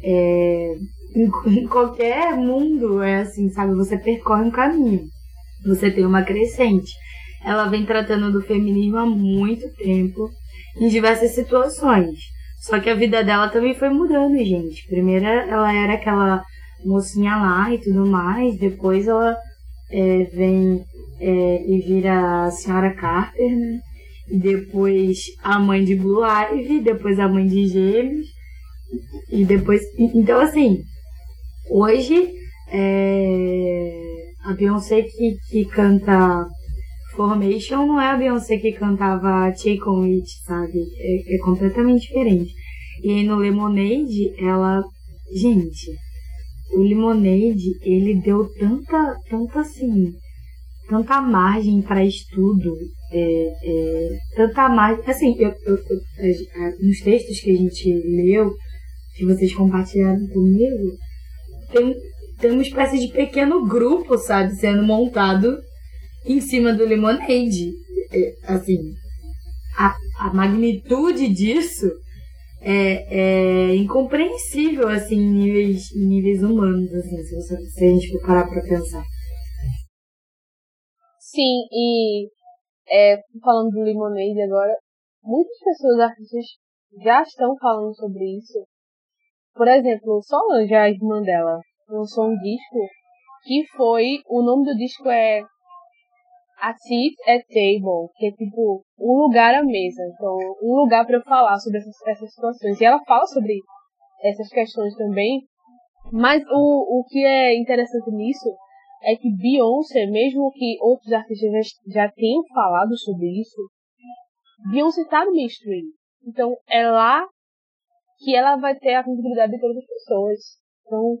É, em, em qualquer mundo é assim, sabe? Você percorre um caminho, você tem uma crescente. Ela vem tratando do feminismo há muito tempo, em diversas situações. Só que a vida dela também foi mudando, gente. Primeiro ela era aquela mocinha lá e tudo mais, depois ela é, vem é, e vira a senhora Carter, né? E depois a mãe de Blue Ivy, depois a mãe de Gêmeos, e depois... Então, assim, hoje é, a Beyoncé que, que canta Formation não é a Beyoncé que cantava Take On It, sabe? É, é completamente diferente. E aí no Lemonade, ela... Gente, o Lemonade, ele deu tanta, tanta assim... tanta margem para estudo, é, é, tanta margem, assim, eu, eu, eu, nos textos que a gente leu, que vocês compartilharam comigo, tem, tem uma espécie de pequeno grupo, sabe, sendo montado em cima do Lemonade. É, assim, a, a magnitude disso é, é incompreensível, assim, em níveis, em níveis humanos, assim, se, você, se a gente for parar pra pensar. Sim, e é, falando do Lemonade agora, muitas pessoas, artistas, já estão falando sobre isso. Por exemplo, Solange, a irmã dela, lançou um disco que foi, o nome do disco é A Seat at Table, que é tipo, um lugar à mesa. Então, um lugar para eu falar sobre essas, essas situações. E ela fala sobre essas questões também, Mas o, o que é interessante nisso é que Beyoncé, mesmo que outros artistas já, já tenham falado sobre isso, Beyoncé tá no mainstream. Então é lá que ela vai ter a visibilidade de todas as pessoas. Então,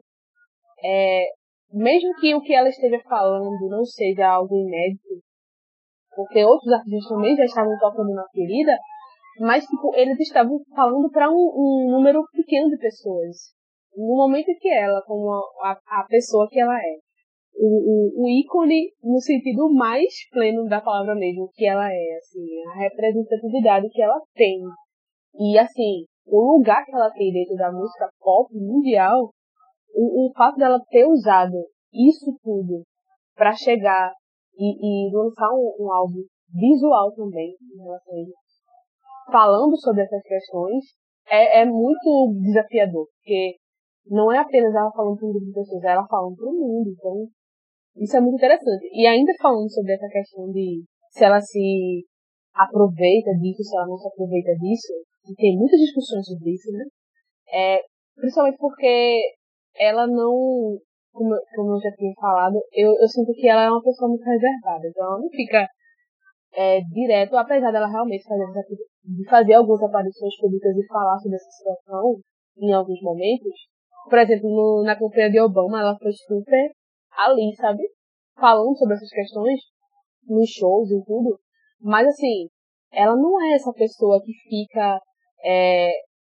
é, mesmo que o que ela esteja falando não seja algo inédito, porque outros artistas também já estavam tocando na ferida, mas tipo, eles estavam falando para um, um número pequeno de pessoas. No momento que ela, como a, a pessoa que ela é, o, o, o ícone no sentido mais pleno da palavra mesmo, que ela é, assim, a representatividade que ela tem. E assim, o lugar que ela tem dentro da música pop mundial, o, o fato dela ter usado isso tudo para chegar e, e lançar um, um álbum visual também, em relação a isso, falando sobre essas questões, é, é muito desafiador, porque não é apenas ela falando para um grupo de pessoas, é ela falando para o mundo. Então, isso é muito interessante. E ainda falando sobre essa questão de se ela se aproveita disso, se ela não se aproveita disso, e tem muitas discussões sobre isso, né? É, principalmente porque ela não, como, como eu já tinha falado, eu, eu sinto que ela é uma pessoa muito reservada. Então ela não fica é, direto, apesar dela realmente fazer, de fazer algumas aparições públicas e falar sobre essa situação em alguns momentos. Por exemplo, no, na campanha de Obama, ela foi super ali, sabe? Falando sobre essas questões, nos shows e tudo. Mas, assim, ela não é essa pessoa que fica é,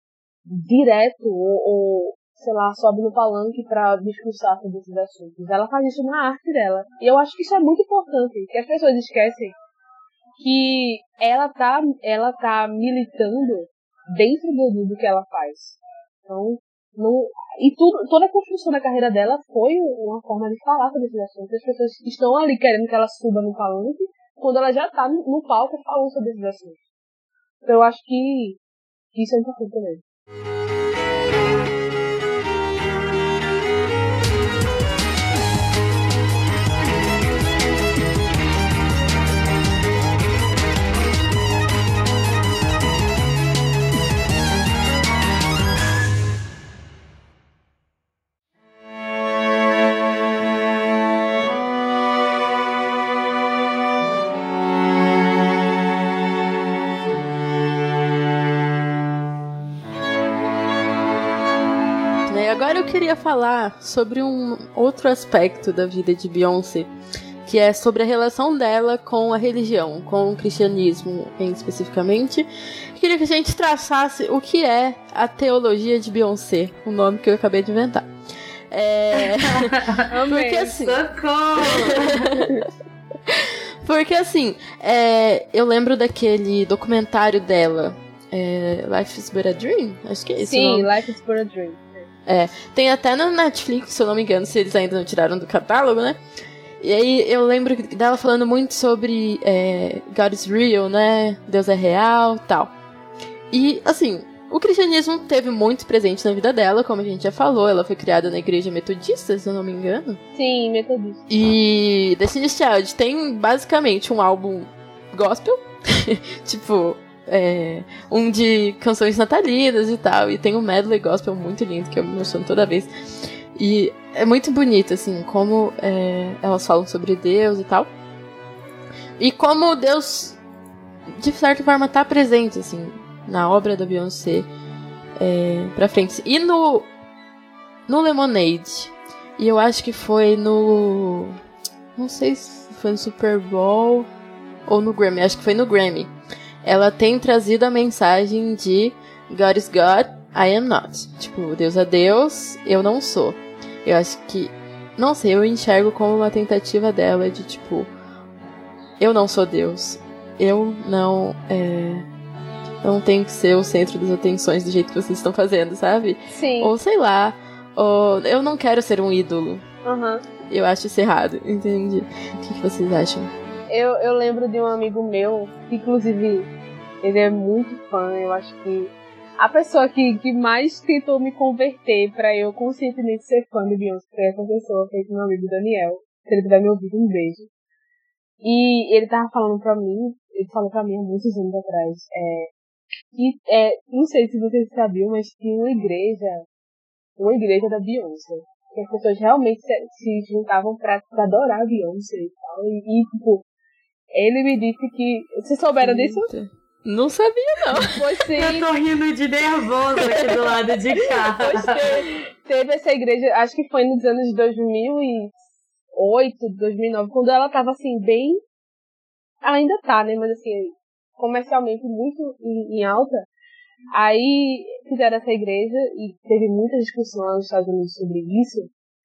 direto ou, ou, sei lá, sobe no palanque pra discursar sobre esses assuntos. Ela faz isso na arte dela. E eu acho que isso é muito importante, que as pessoas esquecem que ela tá, ela tá militando dentro do, do que ela faz. Então, não, e tudo, toda a construção da carreira dela foi uma forma de falar sobre esses assuntos. As pessoas estão ali querendo que ela suba no palanque quando ela já tá no, no palco falando sobre esses assuntos. Então eu acho que isso é importante também. Agora eu queria falar sobre um outro aspecto da vida de Beyoncé, que é sobre a relação dela com a religião, com o cristianismo em especificamente. Queria que a gente traçasse o que é a teologia de Beyoncé, o nome que eu acabei de inventar. É... Porque assim... Porque assim, é... eu lembro daquele documentário dela, é... Life is But a Dream? Acho que é esse Sim, o nome. Life is But a Dream. É, tem até na Netflix, se eu não me engano, se eles ainda não tiraram do catálogo, né? E aí eu lembro dela falando muito sobre é, God is real, né? Deus é real, tal. E, assim, o cristianismo teve muito presente na vida dela, como a gente já falou. Ela foi criada na igreja metodista, se eu não me engano. Sim, metodista. E Destiny's Child tem basicamente um álbum gospel, tipo... É, um de canções natalinas e tal, e tem um medley gospel muito lindo que eu me emociono toda vez, e é muito bonito assim, como é, elas falam sobre Deus e tal, e como Deus de certa forma tá presente assim, na obra da Beyoncé é, pra frente, e no no Lemonade, e eu acho que foi no não sei se foi no Super Bowl ou no Grammy, acho que foi no Grammy. Ela tem trazido a mensagem de God is God, I am not. Tipo, Deus é Deus, eu não sou. Eu acho que... Não sei, eu enxergo como uma tentativa dela de, tipo... Eu não sou Deus. Eu não... É, não tenho que ser o centro das atenções do jeito que vocês estão fazendo, sabe? Sim. Ou sei lá. Ou eu não quero ser um ídolo. Uhum. Eu acho isso errado, entende? O que, que vocês acham? Eu, eu lembro de um amigo meu, que inclusive ele é muito fã, eu acho que a pessoa que, que mais tentou me converter pra eu conscientemente ser fã de Beyoncé foi essa pessoa, foi meu amigo Daniel, se ele tiver me ouvindo, um beijo. E ele tava falando pra mim, ele falou pra mim há muitos anos atrás, é, que, é, não sei se vocês sabiam, mas tinha uma igreja, uma igreja da Beyoncé. que as pessoas realmente se, se juntavam pra, pra adorar a Beyoncé e tal. E, e, tipo, ele me disse que... Vocês souberam disso? Não sabia, não. Pois sim. Eu tô rindo de nervoso aqui do lado de cá. Pois teve, teve essa igreja, acho que foi nos anos dois mil e oito, dois mil e nove, quando ela tava, assim, bem... Ela ainda tá, né? Mas, assim, comercialmente muito em, em alta. Aí fizeram essa igreja e teve muita discussão lá nos Estados Unidos sobre isso.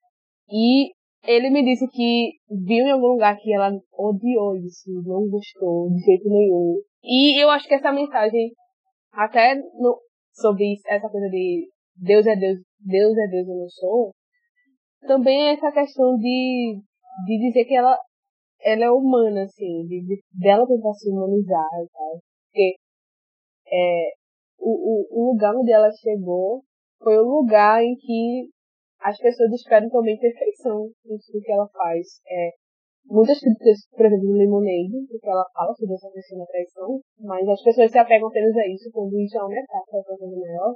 E ele me disse que viu em algum lugar que ela odiou isso, não gostou de jeito nenhum. E eu acho que essa mensagem, até no, sobre isso, essa coisa de Deus é Deus, Deus é Deus, eu não sou, também é essa questão de, de dizer que ela, ela é humana, assim, de, de, dela tentar se humanizar e tal. Porque é, o, o, o lugar onde ela chegou foi o lugar em que as pessoas esperam também perfeição nisso que ela faz. É, muitas críticas, por exemplo, no Lemonade, porque ela fala sobre essa questão da traição, mas as pessoas se apegam apenas a isso, quando isso é uma metáfora para coisa maior.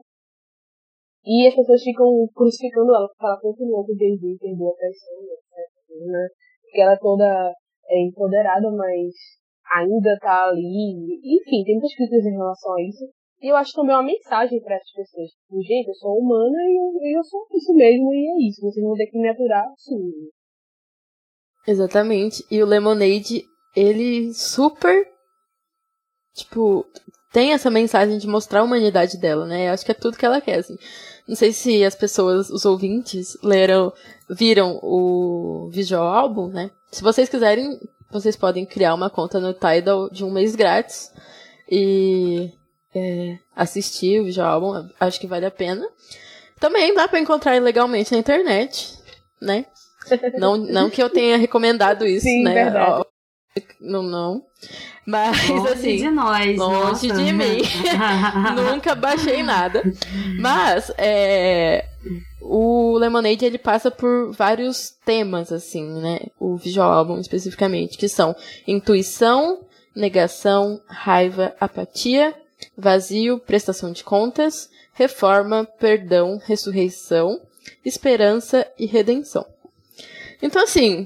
E as pessoas ficam crucificando ela, porque ela continuou com o Jay-Z, perdeu a traição, etcétera. Né? Porque ela é toda é, empoderada, mas ainda tá ali. Enfim, tem muitas críticas em relação a isso. E eu acho também uma mensagem para essas pessoas. Tipo, gente, eu sou humana e eu, eu sou isso mesmo, e é isso. Vocês vão ter que me aturar, sim. Exatamente. E o Lemonade, ele super, tipo, tem essa mensagem de mostrar a humanidade dela, né? Eu acho que é tudo que ela quer, assim. Não sei se as pessoas, os ouvintes, leram, viram o visual álbum, né? Se vocês quiserem, vocês podem criar uma conta no Tidal de um mês grátis e é, assistir o visual álbum. Acho que vale a pena. Também dá pra encontrar ilegalmente na internet, né? Não, não que eu tenha recomendado isso, Sim, né? Verdade. Ó, não, não. Mas, Longe assim, de nós, longe nossa. de mim. Nunca baixei nada. Mas, é, o Lemonade, ele passa por vários temas, assim, né? O visual álbum, especificamente, que são intuição, negação, raiva, apatia, vazio, prestação de contas, reforma, perdão, ressurreição, esperança e redenção. Então, assim,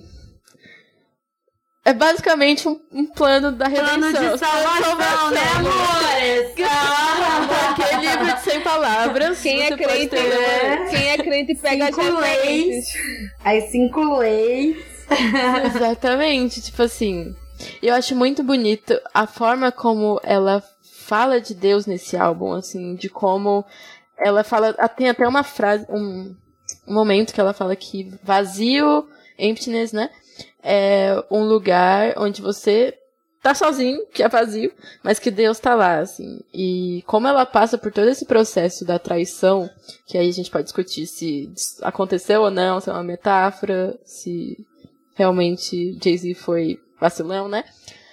é basicamente um, um plano da redenção. Plano de salvação, né, amores? Ah, aquele livro de cem palavras. Quem é você pode crente, ter- né? Quem é crente pega as Cinco leis. referências. As cinco leis. Exatamente, tipo assim. Eu acho muito bonito a forma como ela fala de Deus nesse álbum, assim, de como ela fala. Tem até uma frase, um, um momento que ela fala que vazio, emptiness, né? É um lugar onde você tá sozinho, que é vazio, mas que Deus tá lá, assim. E como ela passa por todo esse processo da traição, que aí a gente pode discutir se aconteceu ou não, se é uma metáfora, se realmente Jay-Z foi vacilão, né?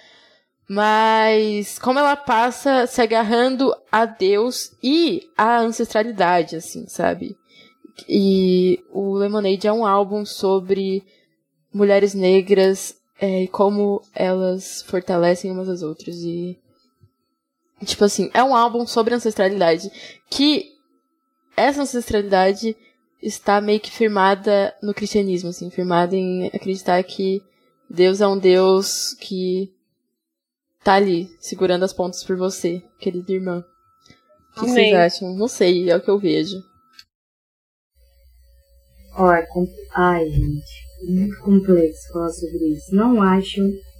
Mas como ela passa se agarrando a Deus e a ancestralidade, assim, sabe? E o Lemonade é um álbum sobre mulheres negras é, e como elas fortalecem umas às outras. E, tipo assim, é um álbum sobre ancestralidade que essa ancestralidade está meio que firmada no cristianismo, assim, firmada em acreditar que Deus é um Deus que tá ali, segurando as pontas por você, querida irmã. O que Amém. vocês acham? Não sei, é o que eu vejo. Olha, com... ai, gente, muito complexo falar sobre isso. Não acho,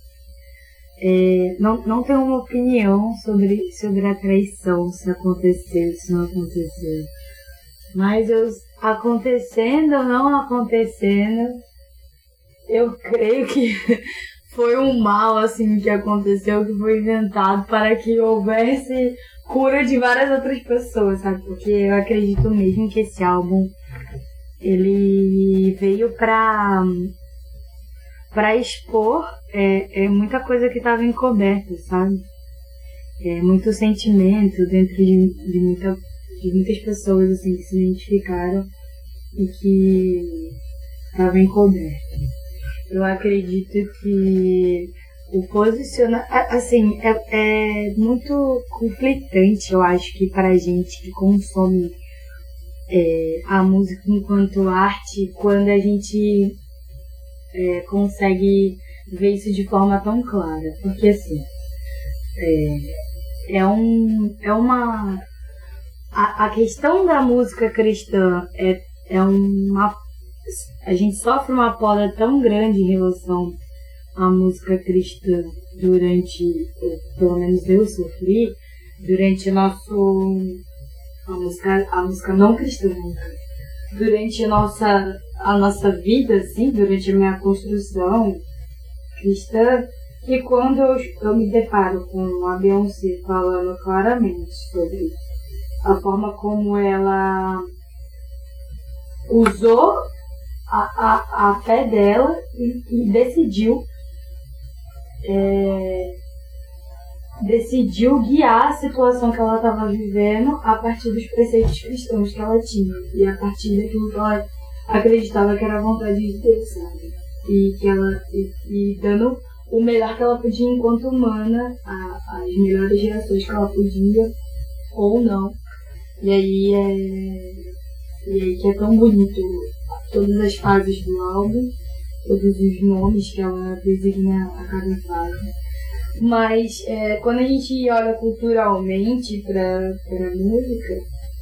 é, não, não tenho uma opinião sobre, sobre a traição, se aconteceu, se não aconteceu. Mas eu, acontecendo ou não acontecendo, eu creio que foi um mal, assim, que aconteceu, que foi inventado para que houvesse cura de várias outras pessoas, sabe? Porque eu acredito mesmo que esse álbum ele veio pra, pra expor é, é muita coisa que estava encoberta, sabe? É, muito sentimento dentro de, de, muita, de muitas pessoas assim, que se identificaram e que estava encoberto. Eu acredito que o posicionamento, assim, é, é muito conflitante, eu acho, que pra gente que consome é, a música enquanto arte quando a gente é, consegue ver isso de forma tão clara. Porque assim, é, é, um, é uma... A, a questão da música cristã é, é uma... A gente sofre uma poda tão grande em relação à música cristã durante, pelo menos eu sofri, durante o nosso... A música, a música não cristã, durante a nossa, a nossa vida, assim, durante a minha construção cristã, que quando eu, eu me deparo com a Beyoncé falando claramente sobre a forma como ela usou a, a, a fé dela e, e decidiu é, decidiu guiar a situação que ela estava vivendo a partir dos preceitos cristãos que ela tinha e a partir daquilo que ela acreditava que era a vontade de Deus, sabe? E, que ela, e, e dando o melhor que ela podia enquanto humana, a, as melhores reações que ela podia ou não. E aí é, e aí que é tão bonito todas as fases do álbum, todos os nomes que ela designa a cada fase. Mas é, quando a gente olha culturalmente para a música,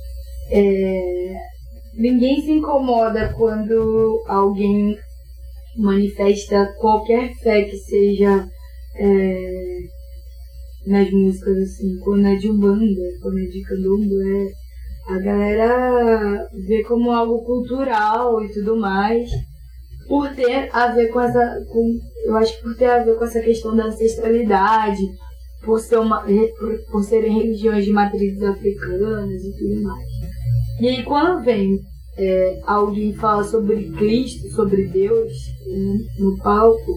é, ninguém se incomoda quando alguém manifesta qualquer fé que seja é, nas músicas, assim, quando é de umbanda, quando é de candomblé, a galera vê como algo cultural e tudo mais, por ter a ver com essa, com, eu acho que por ter a ver com essa questão da ancestralidade, por, ser uma, por, por serem religiões de matrizes africanas e tudo mais. E aí quando vem é, alguém fala sobre Cristo, sobre Deus, né, no palco,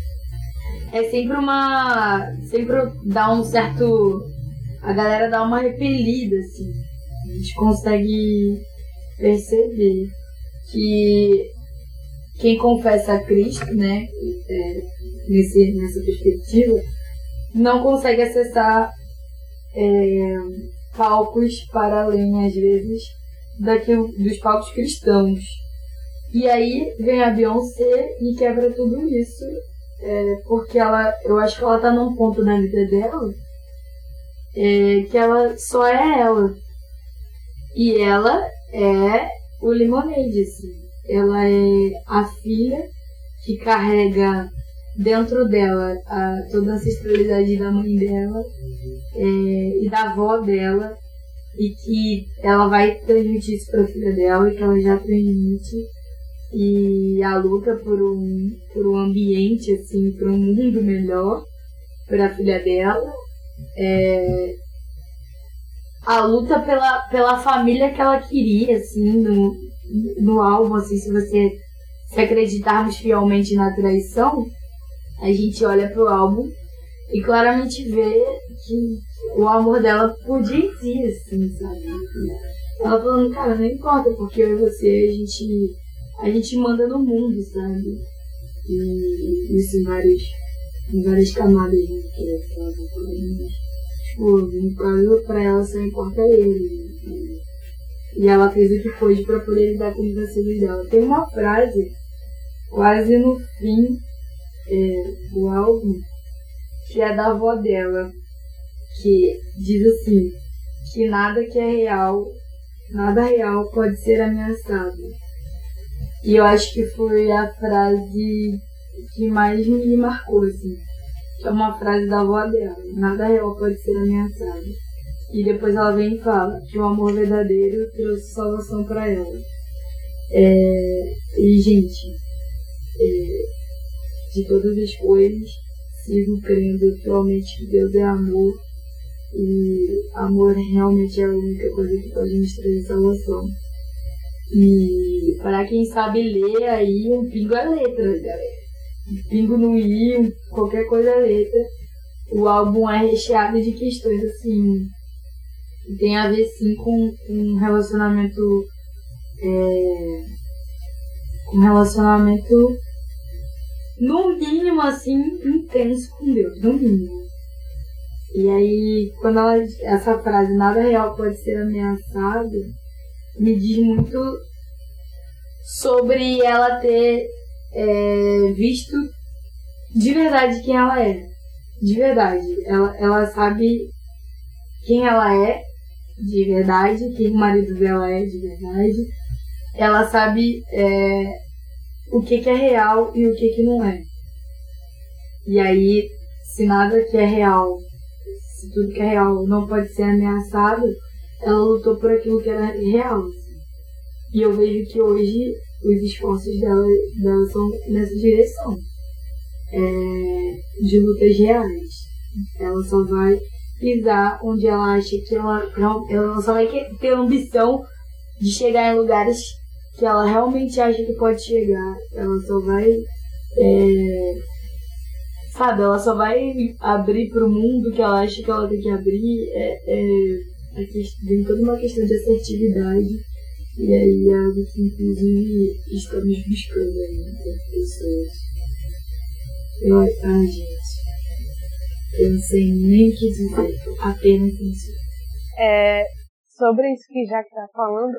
é sempre uma, sempre dá um certo, a galera dá uma repelida, assim. A gente consegue perceber que quem confessa a Cristo, né, é, nesse, nessa perspectiva, não consegue acessar é, palcos para além, às vezes, daquilo, dos palcos cristãos. E aí vem a Beyoncé e quebra tudo isso, é, porque ela, eu acho que ela tá num ponto da vida dela é, que ela só é ela. E ela é o Lemonade, assim. Ela é a filha que carrega dentro dela a, toda a ancestralidade da mãe dela é, e da avó dela, e que ela vai transmitir isso para a filha dela e que ela já transmite, e a luta por um, por um ambiente, assim, por um mundo melhor para a filha dela, é, a luta pela, pela família que ela queria, assim, no, no álbum, assim, se você se acreditarmos fielmente na traição, a gente olha pro álbum e claramente vê que o amor dela podia ir, assim, sabe? Ela falando, cara, não importa, porque eu e você, a gente, a gente manda no mundo, sabe? E isso em várias, em várias camadas, né? Que ela tá falando. Tipo, no caso, pra ela só importa ele. E ela fez o que pôde pra poder lidar com os vacilos dela. Tem uma frase, quase no fim é, do álbum, que é da avó dela, que diz assim, que nada que é real, nada real pode ser ameaçado. E eu acho que foi a frase que mais me marcou, assim. Que é uma frase da avó dela, nada real pode ser ameaçado. E depois ela vem e fala que o amor verdadeiro trouxe salvação pra ela. É, e, gente, é, de todas as coisas, sigo crendo fielmente que Deus é amor. E amor realmente é a única coisa que pode nos trazer salvação. E para quem sabe ler aí, um pingo é letra, galera. Um pingo no i, um, qualquer coisa é letra. O álbum é recheado de questões assim que tem a ver sim com um relacionamento é, um relacionamento no mínimo assim intenso com Deus, no mínimo. E aí quando ela, essa frase, nada real pode ser ameaçado, me diz muito sobre ela ter é, visto de verdade quem ela é. De verdade. Ela, ela sabe quem ela é de verdade, quem o marido dela é de verdade. Ela sabe é, o que, que é real e o que, que não é. E aí, se nada que é real, se tudo que é real não pode ser ameaçado, ela lutou por aquilo que era real. Assim. E eu vejo que hoje os esforços dela, dela são nessa direção. É, de lutas reais. Ela só vai pisar onde ela acha que ela... Ela só vai ter ambição de chegar em lugares que ela realmente acha que pode chegar. Ela só vai... É, sabe, ela só vai abrir pro mundo que ela acha que ela tem que abrir. É, é, aqui vem toda uma questão de assertividade. E aí é algo que, inclusive, estamos buscando aí entre as pessoas. Eu, ai, gente, eu não sei nem o que dizer, apenas isso. É, sobre isso que Jaque tá falando,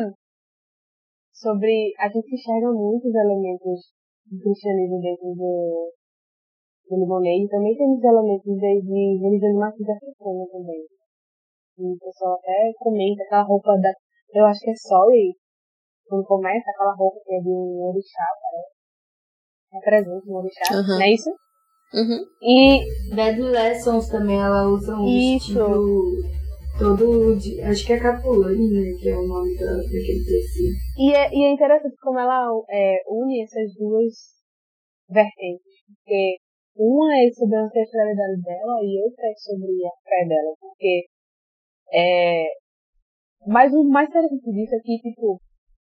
sobre a gente enxerga muitos elementos do cristianismo dentro do, do Lemonade, também temos elementos de, de religião de matriz africana também. E o pessoal até comenta aquela roupa da, eu acho que é Sorry, quando começa aquela roupa que é de um orixá, parece. Representa um orixá, uhum. Não é isso? Uhum. E Dead Lessons também, ela usa um isso. vestido todo de, acho que é Capulani, né, que é o nome da, daquele tecido. E é, e é interessante como ela é, une essas duas vertentes, porque uma é sobre a ancestralidade dela e outra é sobre a fé dela, porque é, mas o mais interessante disso é que, tipo,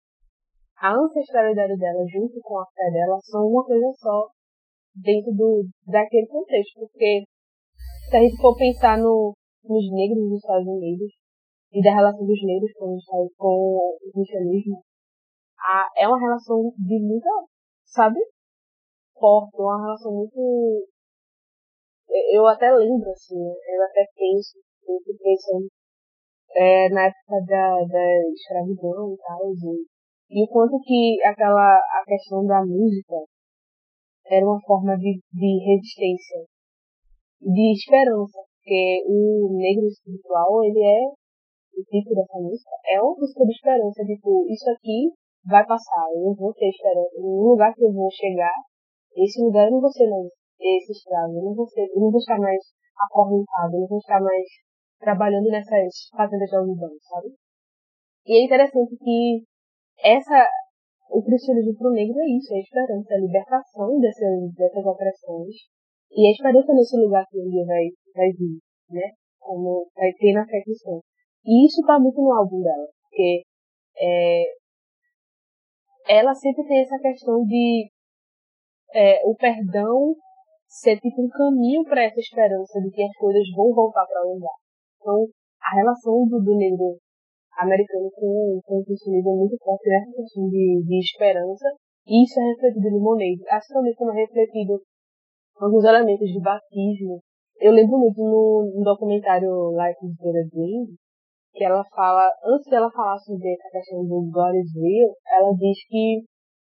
a ancestralidade dela junto com a fé dela são uma coisa só dentro do, daquele contexto, porque se a gente for pensar no, nos negros dos Estados Unidos e da relação dos negros com, com o cristianismo, a, é uma relação de muita, sabe, forte, uma relação muito... Eu até lembro, assim, eu até penso, eu pensando é, na época da, da escravidão e tal, e E o quanto que aquela, a questão da música era uma forma de, de resistência, de esperança, porque o negro espiritual, ele é, o título dessa música, é uma música de esperança, tipo, isso aqui vai passar, eu não vou ter esperança, no lugar que eu vou chegar, esse lugar eu não vou ser mais esse escravo, eu não vou ser, eu não vou estar mais acorrentado, eu não vou estar mais trabalhando nessas fazendas de algodão, sabe? E é interessante que essa, o cristianismo pro negro é isso, é a esperança, é a libertação dessas, dessas opressões e a esperança nesse lugar que um dia vai, vai vir, né, como vai ter na fé cristã. E isso tá muito no álbum dela, porque é, ela sempre tem essa questão de é, o perdão ser tipo um caminho para essa esperança de que as coisas vão voltar para o lugar. Então, a relação do, do negro americano com, com o cristianismo é muito forte nessa questão de, de esperança, e isso é refletido no Lemonade, assim também como é refletido alguns elementos de batismo. Eu lembro muito no, no documentário Life is But a Dream, que ela fala, antes dela falar sobre a questão do God is Real, ela diz que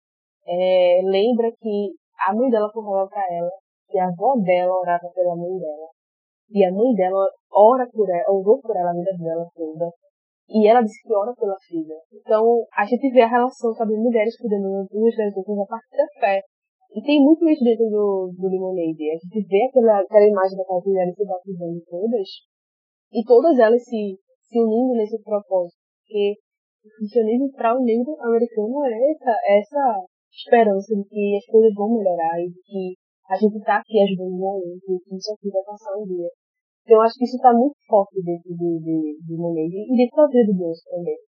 é, lembra que a mãe dela falava pra ela que a avó dela orava pela mãe dela, e a mãe dela ora por ela, orou por ela a vida dela toda. E ela disse que ora pela filha. Então, a gente vê a relação, sabe, mulheres cuidando umas das outras a partir da fé. E tem muito isso dentro do, do Lemonade. A gente vê aquela, aquela imagem daquelas mulheres se batizando todas, e todas elas se, se unindo nesse propósito. Porque o cristianismo para o negro americano é essa, essa esperança de que as coisas vão melhorar e de que a gente está aqui ajudando o outro, e que isso aqui vai passar um dia. Então, eu acho que isso está muito forte dentro do, do, do Lemonade e dentro da vida de Deus também.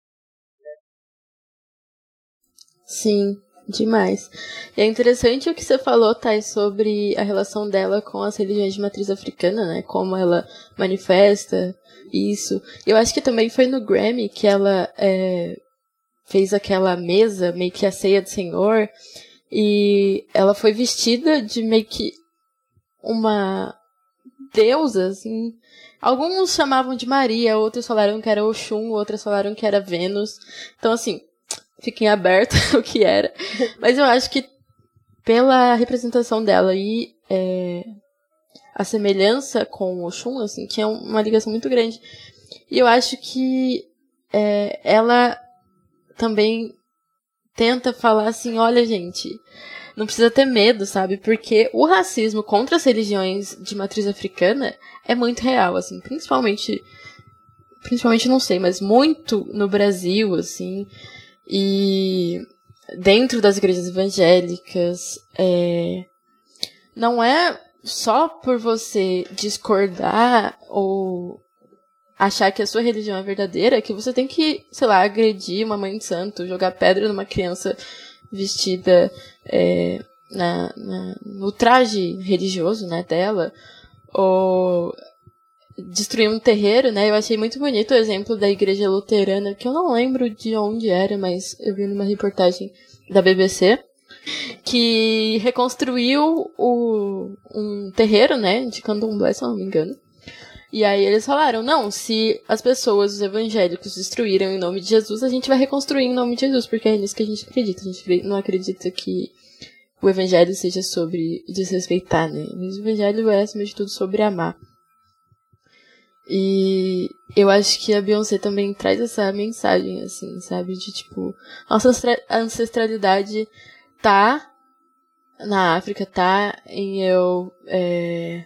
Sim, demais. E é interessante o que você falou, Thay, sobre a relação dela com as religiões de matriz africana, né? Como ela manifesta isso. Eu acho que também foi no Grammy que ela é, fez aquela mesa, meio que a ceia do Senhor, e ela foi vestida de meio que uma... deusa, assim. Alguns chamavam de Maria, outros falaram que era Oxum, outros falaram que era Vênus. Então, assim, fiquem abertos o que era. Mas eu acho que pela representação dela e é, a semelhança com Oxum, assim, tinha uma ligação muito grande. E eu acho que é, ela também tenta falar assim, olha, gente, não precisa ter medo, sabe? Porque o racismo contra as religiões de matriz africana é muito real, assim, principalmente, principalmente não sei, mas muito no Brasil, assim, e dentro das igrejas evangélicas, é, não é só por você discordar ou achar que a sua religião é verdadeira que você tem que, sei lá, agredir uma mãe de santo, jogar pedra numa criança vestida é, na, na, no traje religioso, né, dela, ou destruir um terreiro, né. Eu achei muito bonito o exemplo da igreja luterana, que eu não lembro de onde era, mas eu vi numa reportagem da B B C, que reconstruiu o, um terreiro, né, de candomblé, se eu não me engano. E aí eles falaram, não, se as pessoas, os evangélicos, destruíram em nome de Jesus, a gente vai reconstruir em nome de Jesus, porque é nisso que a gente acredita. A gente não acredita que o evangelho seja sobre desrespeitar, né? Mas o evangelho é, acima de tudo, sobre amar. E eu acho que a Beyoncé também traz essa mensagem, assim, sabe? De, tipo, nossa ancestralidade tá na África, tá em eu... É...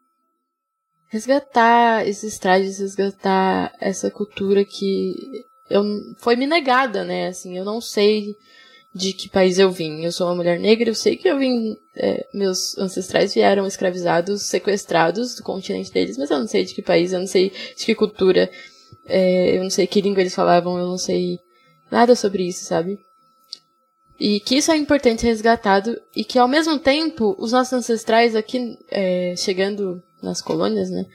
resgatar esses trajes, resgatar essa cultura que eu, foi me negada, né, assim, eu não sei de que país eu vim, eu sou uma mulher negra, eu sei que eu vim, é, meus ancestrais vieram escravizados, sequestrados do continente deles, mas eu não sei de que país, eu não sei de que cultura, é, eu não sei que língua eles falavam, eu não sei nada sobre isso, sabe? E que isso é importante ser resgatado e que, ao mesmo tempo, os nossos ancestrais aqui, é, chegando nas colônias, né,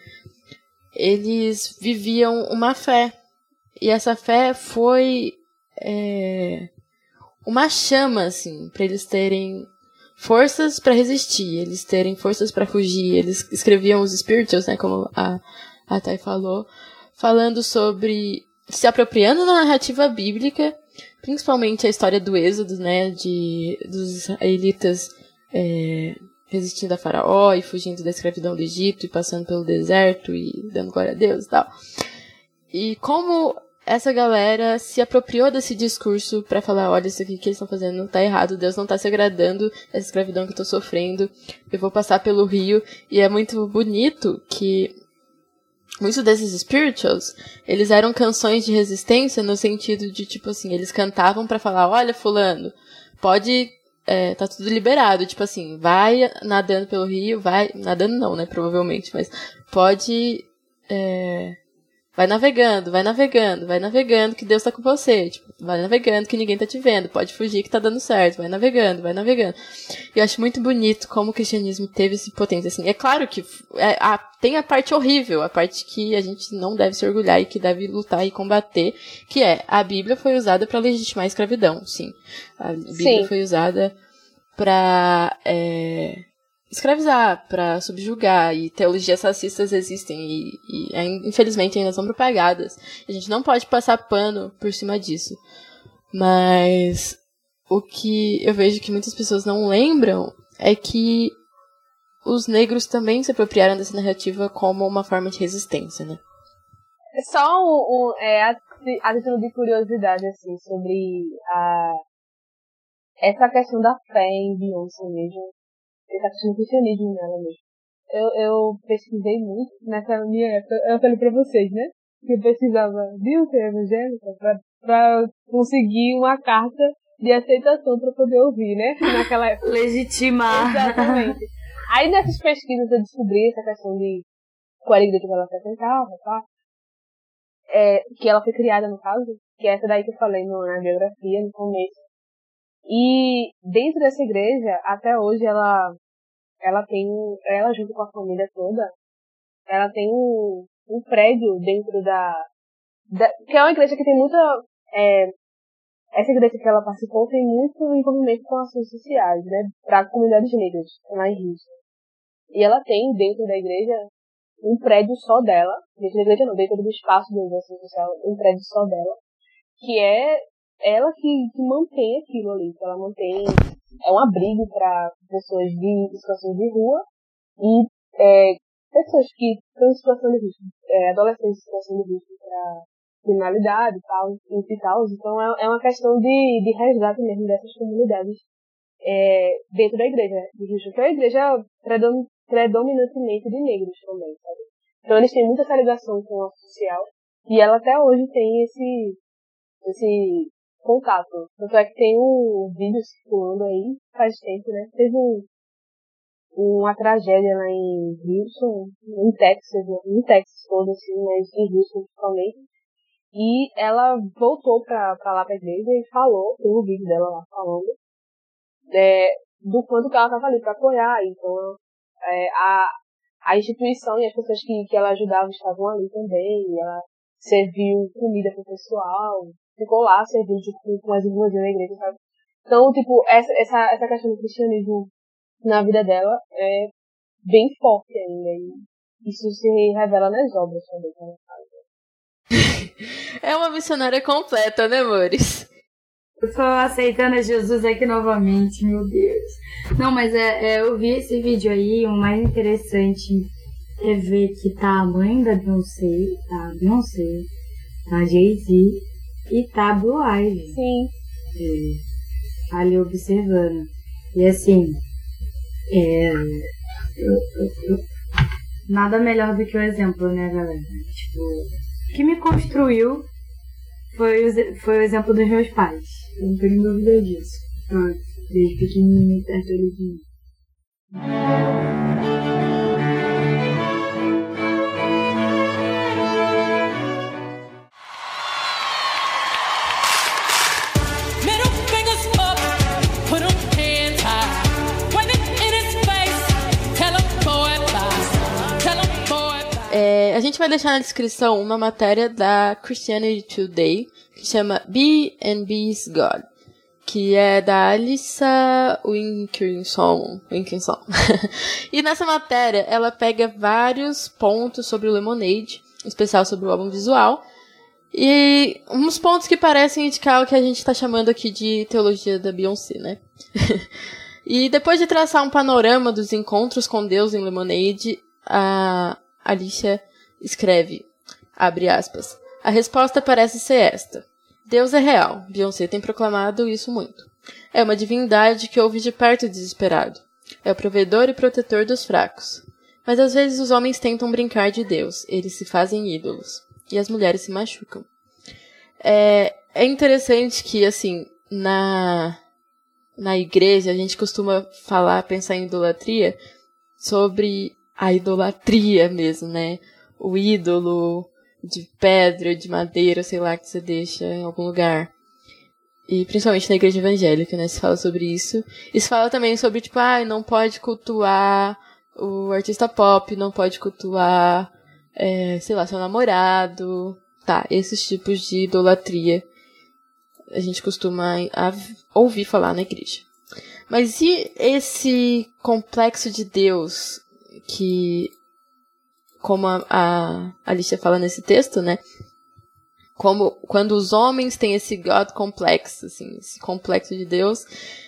eles viviam uma fé. E essa fé foi é, uma chama, assim, para eles terem forças para resistir, eles terem forças para fugir. Eles escreviam os spirituals, né, como a, a Thay falou, falando sobre, se apropriando da narrativa bíblica, principalmente a história do êxodo, né, de, dos israelitas é, resistindo a Faraó e fugindo da escravidão do Egito e passando pelo deserto e dando glória a Deus e tal. E como essa galera se apropriou desse discurso para falar, olha, isso aqui que eles estão fazendo não tá errado, Deus não tá se agradando dessa escravidão que eu tô sofrendo, eu vou passar pelo rio. E é muito bonito que muitos desses spirituals, eles eram canções de resistência no sentido de, tipo assim, eles cantavam pra falar, olha, fulano, pode, é, tá tudo liberado, tipo assim, vai nadando pelo rio, vai, nadando não, né, provavelmente, mas pode, é, vai navegando, vai navegando, vai navegando que Deus tá com você, tipo, vai navegando que ninguém tá te vendo, pode fugir que tá dando certo, vai navegando, vai navegando. E eu acho muito bonito como o cristianismo teve esse potência, assim. É claro que é, a, tem a parte horrível, a parte que a gente não deve se orgulhar e que deve lutar e combater, que é, a Bíblia foi usada pra legitimar a escravidão, sim. A Bíblia sim. foi usada pra é, escravizar, pra subjugar, e teologias racistas existem e, e infelizmente ainda são propagadas. A gente não pode passar pano por cima disso. Mas o que eu vejo que muitas pessoas não lembram é que os negros também se apropriaram dessa narrativa como uma forma de resistência, né? É só um, um, é, a, a título de curiosidade, assim, sobre a, essa questão da fé em Beyoncé mesmo, essa questão do cristianismo nela mesmo. Eu, eu pesquisei muito nessa minha época, eu falei pra vocês, né? Que eu pesquisava Beyoncé evangélica pra, pra conseguir uma carta de aceitação pra poder ouvir, né? Naquela época. Legitimar. Exatamente. Aí nessas pesquisas eu descobri essa questão de qual igreja que ela frequentava, tá? É, que ela foi criada, no caso, que é essa daí que eu falei no, na biografia, no começo. E dentro dessa igreja, até hoje, ela, ela tem, ela junto com a família toda, ela tem um, um prédio dentro da, da... que é uma igreja que tem muita... É, essa igreja que ela participou tem muito envolvimento com ações sociais, né? Para comunidades negras, lá em Houston. E ela tem, dentro da igreja, um prédio só dela, dentro da igreja não, dentro do espaço do exército social, um prédio só dela, que é ela que, que mantém aquilo ali, que ela mantém, é um abrigo para pessoas de situações de rua e é, pessoas que estão em situação de risco, é, adolescentes em situação de risco para criminalidade e tal, e tal, então é, é uma questão de, de resgate mesmo dessas comunidades é, dentro da igreja de Houston, que é uma igreja predom, predominantemente de negros também, sabe? Então eles têm muita essa ligação com a social e ela até hoje tem esse, esse contato. Tanto é que tem um vídeo circulando aí faz tempo, né? Teve um, uma tragédia lá em Houston, em Texas, em Texas todo assim, mas em Houston principalmente. E ela voltou pra, pra lá pra igreja e falou, tem um vídeo dela lá falando, é, do quanto que ela tava ali pra apoiar. Então, é, a, a instituição e as pessoas que, que ela ajudava estavam ali também, e ela serviu comida pro pessoal, ficou lá servindo com, com as irmãs da igreja, sabe? Então, tipo, essa, essa, essa questão do cristianismo na vida dela é bem forte ainda, e isso se revela nas obras também que ela faz. É uma missionária completa, né, amores? Eu tô aceitando Jesus aqui novamente, meu Deus. Não, mas é, é, eu vi esse vídeo aí, o mais interessante é ver que tá a mãe da Beyoncé, tá a Beyoncé, tá a Jay-Z e tá a Blue Ivy. Sim. É, ali observando. E assim, é, eu, eu, eu, nada melhor do que o exemplo, né, galera? Tipo, o que me construiu foi o, foi o exemplo dos meus pais. Eu não tenho dúvida disso. Eu, desde pequenininho, perto ali de mim. É, a gente vai deixar na descrição uma matéria da Christianity Today que chama B and B's God, que é da Alyssa Wilkinson. Wilkinson. E nessa matéria ela pega vários pontos sobre o Lemonade, em especial sobre o álbum visual, e uns pontos que parecem indicar o que a gente está chamando aqui de teologia da Beyoncé, né? E depois de traçar um panorama dos encontros com Deus em Lemonade, a Alicia escreve, abre aspas, a resposta parece ser esta. Deus é real. Beyoncé tem proclamado isso muito. É uma divindade que ouve de perto o desesperado. É o provedor e protetor dos fracos. Mas às vezes os homens tentam brincar de Deus. Eles se fazem ídolos. E as mulheres se machucam. É, é interessante que, assim, na, na igreja a gente costuma falar, pensar em idolatria sobre a idolatria mesmo, né? O ídolo de pedra, de madeira, sei lá, que você deixa em algum lugar. E principalmente na igreja evangélica, né? Se fala sobre isso. E se fala também sobre, tipo, ah, não pode cultuar o artista pop, não pode cultuar, é, sei lá, seu namorado. Tá, esses tipos de idolatria a gente costuma a, ouvir falar na igreja. Mas e esse complexo de Deus que, como a, a Alicia fala nesse texto, né? Como quando os homens têm esse God complexo, assim, esse complexo de Deus.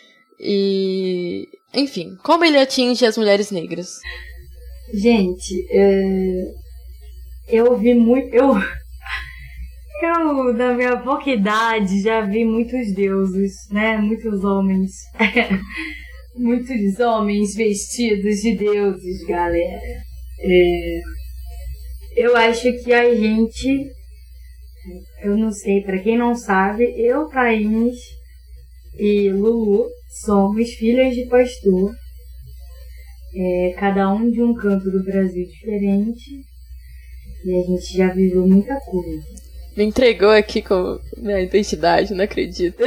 E, enfim, como ele atinge as mulheres negras? Gente, é, eu vi muito... Eu, eu, na minha pouca idade, já vi muitos deuses, né? Muitos homens. Muitos homens vestidos de deuses, galera. É, eu acho que a gente, eu não sei, pra quem não sabe, eu, Thaís e Lulu somos filhas de pastor, é, cada um de um canto do Brasil diferente, e a gente já viveu muita coisa. Me entregou aqui com minha identidade, não acredito.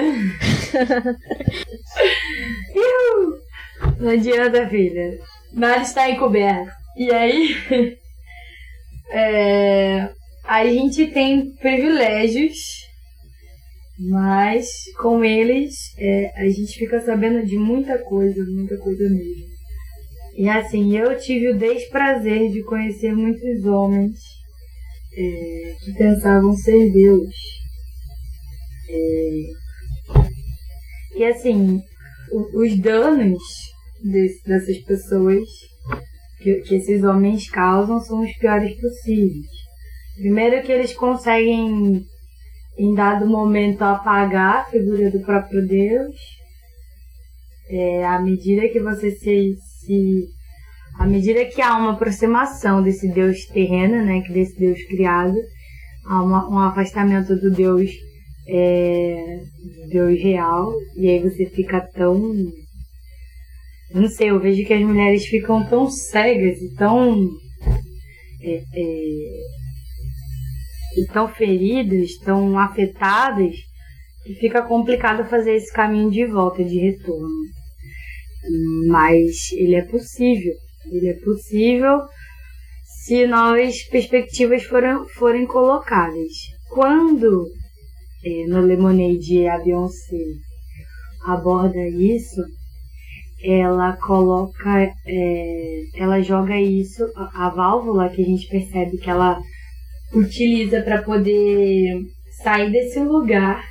Não adianta, filha. Nada está encoberto. E aí, é, a gente tem privilégios, mas com eles é, a gente fica sabendo de muita coisa, muita coisa mesmo. E assim, eu tive o desprazer de conhecer muitos homens é, que pensavam ser Deus. É, e assim, o, os danos desse, dessas pessoas que, que esses homens causam são os piores possíveis. Primeiro que eles conseguem, em dado momento, apagar a figura do próprio Deus. É, à medida que você se, se... À medida que há uma aproximação desse Deus terreno, né, desse Deus criado, há uma, um afastamento do Deus, é, do Deus real, e aí você fica tão... Eu não sei, eu vejo que as mulheres ficam tão cegas e tão... É, é, e tão feridas, tão afetadas, que fica complicado fazer esse caminho de volta, de retorno. Mas ele é possível. Ele é possível se novas perspectivas forem, forem colocadas. Quando é, no Lemonade a Beyoncé aborda isso, ela coloca, é, ela joga isso, a, a válvula que a gente percebe que ela utiliza para poder sair desse lugar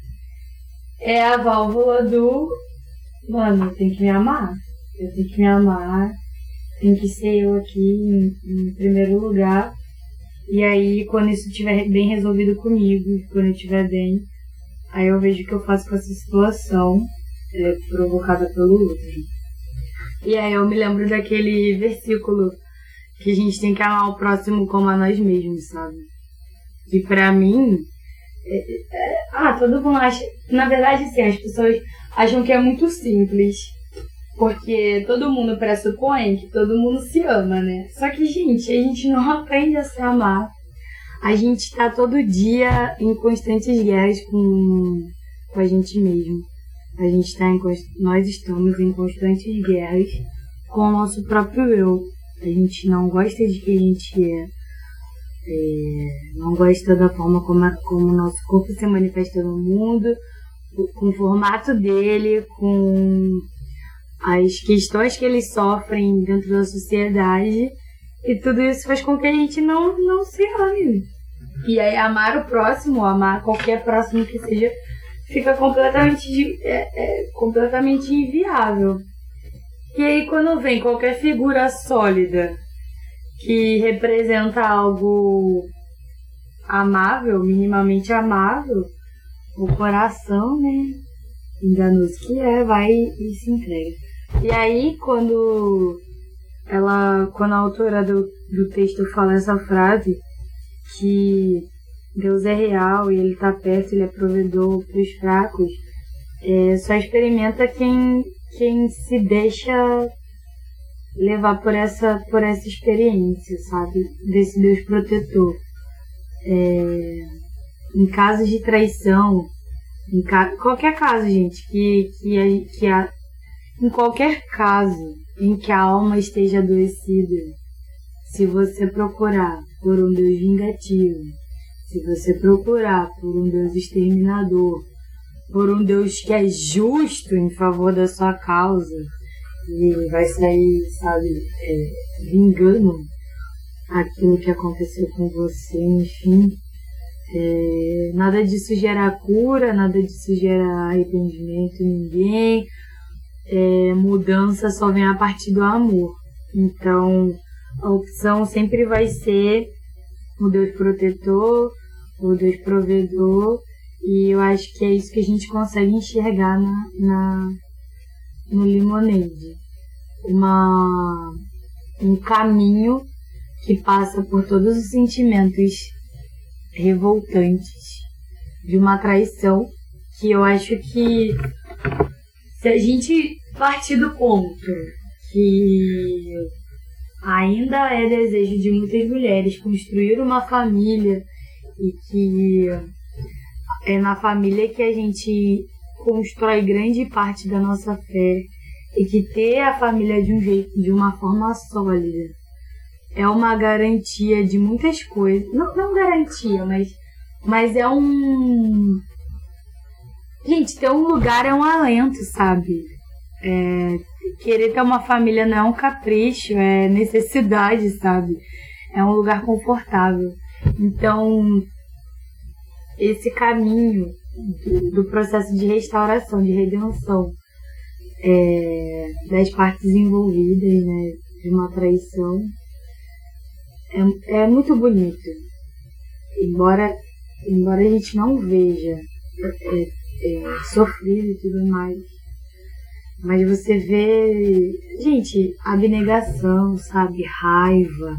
é a válvula do mano, eu tenho que me amar, eu tenho que me amar, tem que ser eu aqui em, em primeiro lugar. E aí, quando isso estiver bem resolvido comigo, quando eu estiver bem, aí eu vejo o que eu faço com essa situação é, provocada pelo outro. E aí eu me lembro daquele versículo que a gente tem que amar o próximo como a nós mesmos, sabe? Que pra mim, é, é, ah, todo mundo acha, na verdade, sim, as pessoas acham que é muito simples. Porque todo mundo pressupõe que todo mundo se ama, né? Só que, gente, a gente não aprende a se amar. A gente tá todo dia em constantes guerras com, com a gente mesmo. A gente tá em, nós estamos em constantes guerras com o nosso próprio eu. A gente não gosta de quem a gente é. é não gosta da forma como, a, como o nosso corpo se manifesta no mundo, com o formato dele, com as questões que eles sofrem dentro da sociedade, e tudo isso faz com que a gente não, não se ame. E aí amar o próximo, amar qualquer próximo que seja, fica completamente, é, é, completamente inviável. E aí quando vem qualquer figura sólida que representa algo amável, minimamente amável, o coração, né, enganoso que é, vai e se entrega. E aí, quando ela, quando a autora do, do texto fala essa frase, que Deus é real e Ele está perto, Ele é provedor para os fracos, é, só experimenta quem, quem se deixa levar por essa, por essa experiência, sabe? Desse Deus protetor. É, em casos de traição, em ca... qualquer caso, gente, que, que, a, que a... em qualquer caso em que a alma esteja adoecida, se você procurar por um Deus vingativo, se você procurar por um Deus exterminador, por um Deus que é justo em favor da sua causa, e vai sair, sabe, é, vingando aquilo que aconteceu com você, enfim, é, nada disso gera cura, nada disso gera arrependimento em ninguém. É, mudança só vem a partir do amor. Então a opção sempre vai ser o Deus protetor, o Deus provedor, e eu acho que é isso que a gente consegue enxergar na, na, no Lemonade. Uma, um caminho que passa por todos os sentimentos revoltantes de uma traição, que eu acho que se a gente partir do ponto que ainda é desejo de muitas mulheres construir uma família, e que é na família que a gente constrói grande parte da nossa fé, e que ter a família de um jeito, de uma forma sólida, é uma garantia de muitas coisas. Não, não garantia, mas, mas é um... Gente, ter um lugar é um alento, sabe? É, querer ter uma família não é um capricho, é necessidade, sabe? É um lugar confortável. Então, esse caminho do, do processo de restauração, de redenção é, das partes envolvidas, né, de uma traição, é, é muito bonito. Embora, embora a gente não veja é, é, sofrido e tudo mais, mas você vê, gente, abnegação, sabe, raiva,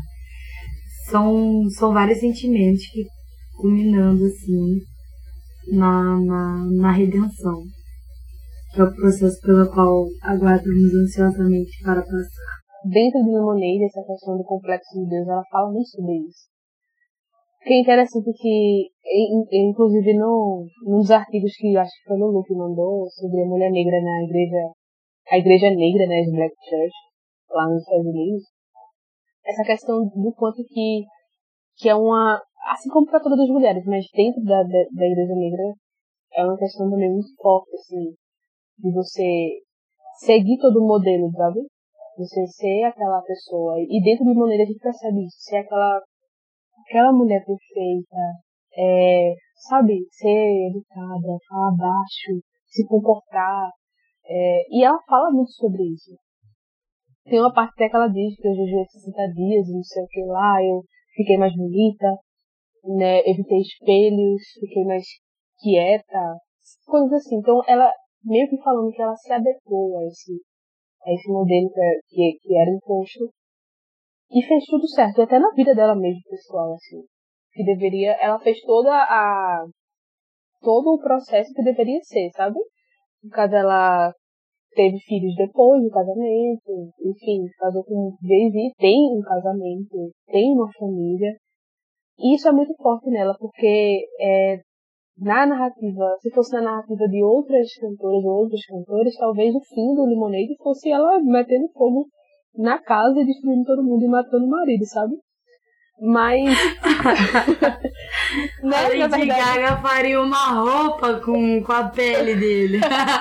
são, são vários sentimentos que culminando assim na, na, na redenção, que é o processo pelo qual aguardamos ansiosamente para passar. Dentro do Lemonade, essa questão do complexo de Deus, ela fala muito sobre isso. Porque é interessante que, inclusive no, num dos artigos que acho que foi o Lu que mandou sobre a mulher negra na igreja, a igreja negra, né, de Black Church, lá nos Estados Unidos, essa questão do quanto que, que é uma, assim como para todas as mulheres, mas dentro da, da, da igreja negra, é uma questão também muito forte, assim, de você seguir todo o modelo, sabe? Você ser aquela pessoa, e dentro do maneira a gente percebe isso, ser aquela, aquela mulher perfeita, é, sabe, ser educada, falar baixo, se comportar, é, e ela fala muito sobre isso. Tem uma parte até que ela diz que eu jejuei sessenta dias e não sei o que lá, eu fiquei mais bonita, né, evitei espelhos, fiquei mais quieta, coisas assim. Então ela, meio que falando que ela se adequou a esse, a esse modelo que, que era imposto e fez tudo certo, até na vida dela mesmo, pessoal, assim, que deveria, ela fez toda a, todo o processo que deveria ser, sabe? No caso, ela teve filhos depois do casamento, enfim, casou com Jay-Z, tem um casamento, tem uma família. E isso é muito forte nela, porque é, na narrativa, se fosse na narrativa de outras cantoras ou outros cantores, talvez o fim do Lemonade fosse ela metendo fogo na casa e destruindo todo mundo e matando o marido, sabe? Mas... né, a Lady verdade... Gaga faria uma roupa com, com a pele dele.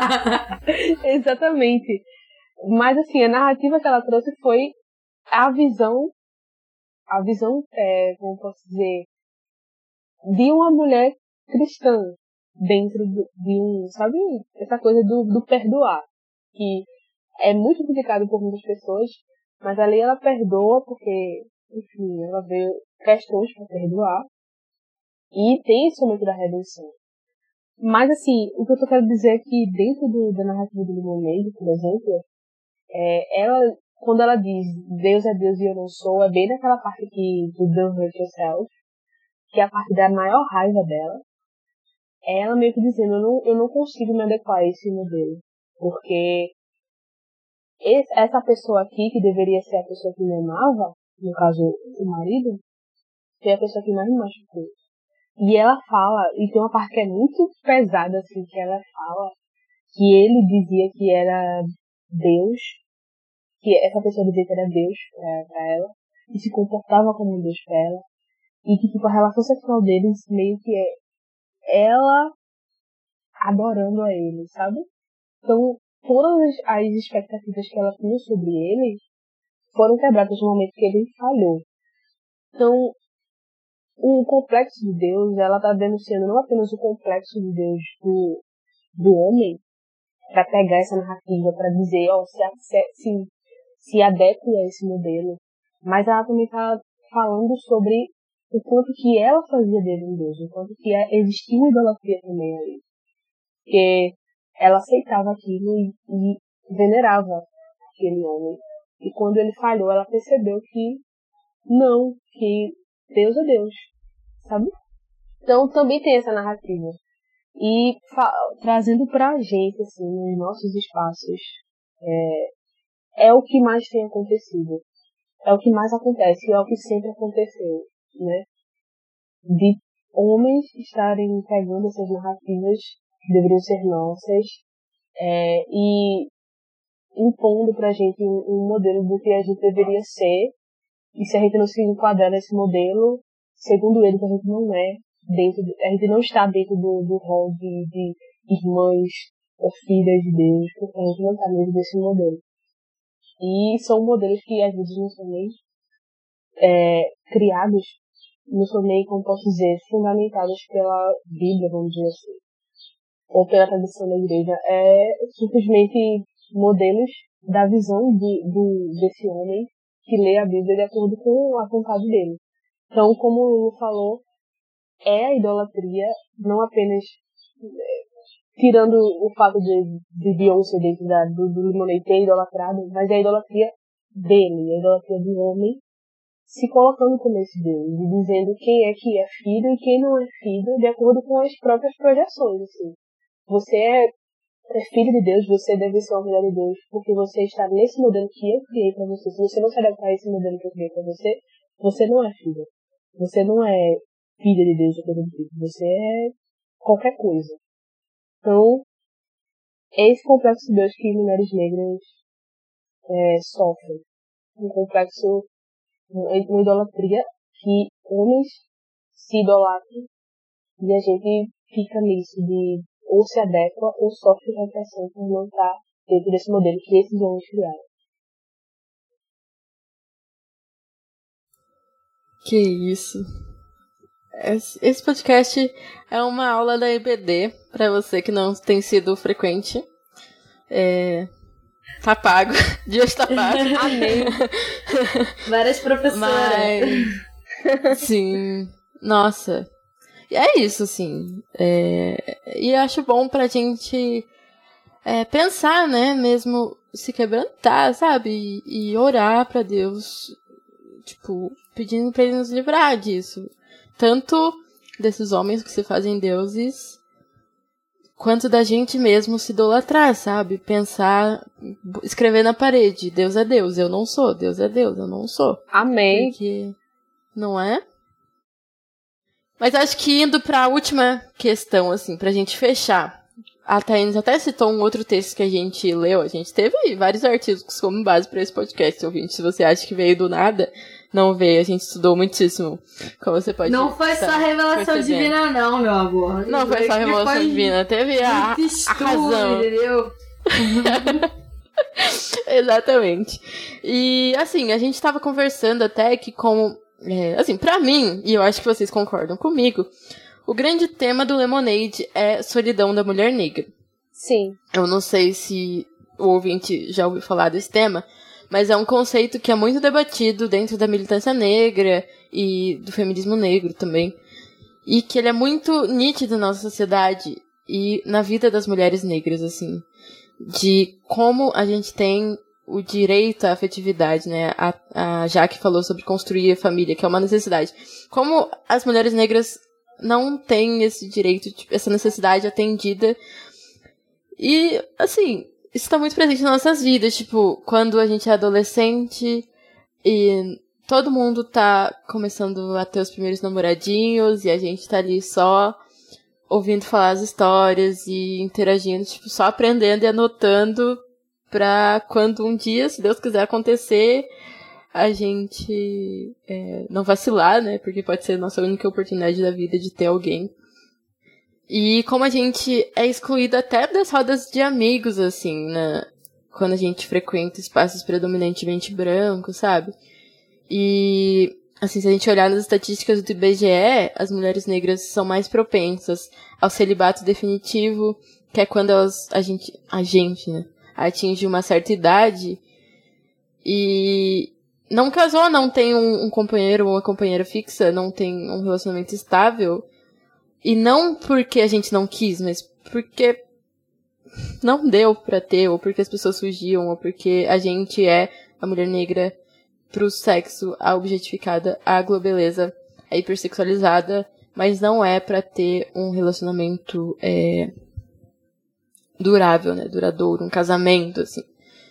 Exatamente. Mas assim, a narrativa que ela trouxe foi a visão, a visão, é, como posso dizer, de uma mulher cristã dentro de um, sabe, essa coisa do, do perdoar, que é muito criticado por muitas pessoas, mas ali ela perdoa porque, enfim, ela vê questões para perdoar e tem esse momento da redenção. Mas assim, o que eu tô querendo dizer é que dentro do, da narrativa do Lemonade, por exemplo, é, ela, quando ela diz Deus é Deus e eu não sou, é bem naquela parte que do Don't Hurt Yourself, que é a parte da maior raiva dela. É ela meio que dizendo, eu não, eu não consigo me adequar a esse modelo, porque esse, essa pessoa aqui, que deveria ser a pessoa que me amava, no caso o marido, foi a pessoa que mais me machucou. E ela fala, e tem uma parte que é muito pesada, assim, que ela fala que ele dizia que era Deus, que essa pessoa dizia que era Deus pra, pra ela, e se comportava como um Deus pra ela, e que, tipo, a relação sexual deles meio que é ela adorando a ele, sabe? Então, todas as expectativas que ela tinha sobre ele foram quebradas no momento que ele falhou. Então, o complexo de Deus, ela está denunciando não apenas o complexo de Deus do, do homem, para pegar essa narrativa, para dizer, ó, se, se, se adeque a esse modelo, mas ela também está falando sobre o quanto que ela fazia dele um Deus, o quanto que existia uma idolatria também ali. Porque ela aceitava aquilo e, e venerava aquele homem. E quando ele falhou, ela percebeu que não, que Deus é Deus, sabe? Então também tem essa narrativa. E trazendo pra gente, assim, nos nossos espaços, é, é o que mais tem acontecido. É o que mais acontece, é o que sempre aconteceu, né? De homens estarem pegando essas narrativas que deveriam ser nossas, é, e impondo pra gente um, um modelo do que a gente deveria ser, e se a gente não se enquadrar nesse modelo, segundo ele, que a gente não é dentro de, a gente não está dentro do, do rol de, de irmãs ou filhas de Deus, porque a gente não está dentro desse modelo. E são modelos que às vezes não são nem é, criados, não são nem, como posso dizer, fundamentados pela Bíblia, vamos dizer assim, ou pela tradição da igreja. É simplesmente modelos da visão de, de, desse homem que lê a Bíblia de acordo com a vontade dele. Então, como o Lulu falou, é a idolatria, não apenas tirando o fato de, de Beyoncé dentro da, do, do Lemonade ter idolatrado, mas é a idolatria dele, a idolatria do homem se colocando como esse Deus, e dizendo quem é que é filho e quem não é filho, de acordo com as próprias projeções. Assim. Você é, é filho de Deus, você deve ser uma mulher de Deus, porque você está nesse modelo que eu criei para você. Se você não se adaptar a esse modelo que eu criei para você, você não é filha. Você não é filha de Deus, você é qualquer coisa. Então, é esse complexo de Deus que mulheres negras é, sofrem. Um complexo, uma idolatria que homens se idolatram e a gente fica nisso de ou se adequa ou sofre repressão por não estar dentro desse modelo que esses homens criaram. Que isso. Esse podcast é uma aula da E B D, pra você que não tem sido frequente. É... Tá pago. De hoje tá pago. Amém. Várias professoras. Mas... Sim. Nossa. E é isso, assim. É... E acho bom pra gente é, pensar, né? Mesmo se quebrantar, sabe? E, e orar pra Deus. Tipo, pedindo pra Ele nos livrar disso. Tanto desses homens que se fazem deuses, quanto da gente mesmo se idolatrar, sabe? Pensar, escrever na parede, Deus é Deus, eu não sou, Deus é Deus, eu não sou. Amém. Porque, não é? Mas acho que indo pra última questão, assim, pra gente fechar. A Thaís até citou um outro texto que a gente leu, a gente teve vários artigos como base pra esse podcast, ouvinte. Se você acha que veio do nada, não veio, a gente estudou muitíssimo, como você pode Não foi só revelação percebendo. divina não, meu amor. Não foi só revelação foi divina, teve a, a razão. Entendeu? Exatamente. E, assim, a gente tava conversando até que como, é, assim, pra mim, e eu acho que vocês concordam comigo, o grande tema do Lemonade é solidão da mulher negra. Sim. Eu não sei se o ouvinte já ouviu falar desse tema, mas é um conceito que é muito debatido dentro da militância negra e do feminismo negro também. E que ele é muito nítido na nossa sociedade e na vida das mulheres negras, assim. De como a gente tem o direito à afetividade, né? A, a Jaque falou sobre construir a família, que é uma necessidade. Como as mulheres negras não têm esse direito, tipo, essa necessidade atendida. E, assim... Isso tá muito presente nas nossas vidas, tipo, quando a gente é adolescente e todo mundo tá começando a ter os primeiros namoradinhos e a gente tá ali só ouvindo falar as histórias e interagindo, tipo, só aprendendo e anotando pra quando um dia, se Deus quiser acontecer, a gente é, não vacilar, né, porque pode ser a nossa única oportunidade da vida de ter alguém. E como a gente é excluído até das rodas de amigos, assim, né? Quando a gente frequenta espaços predominantemente brancos, sabe? E, assim, se a gente olhar nas estatísticas do I B G E, as mulheres negras são mais propensas ao celibato definitivo, que é quando elas, a gente, a gente, né? Atinge uma certa idade e não casou, não tem um, um companheiro ou uma companheira fixa, não tem um relacionamento estável. E não porque a gente não quis, mas porque não deu pra ter, ou porque as pessoas fugiam, ou porque a gente é a mulher negra pro sexo, a objetificada, a globeleza, a hipersexualizada, mas não é pra ter um relacionamento é, durável, né, duradouro, um casamento, assim.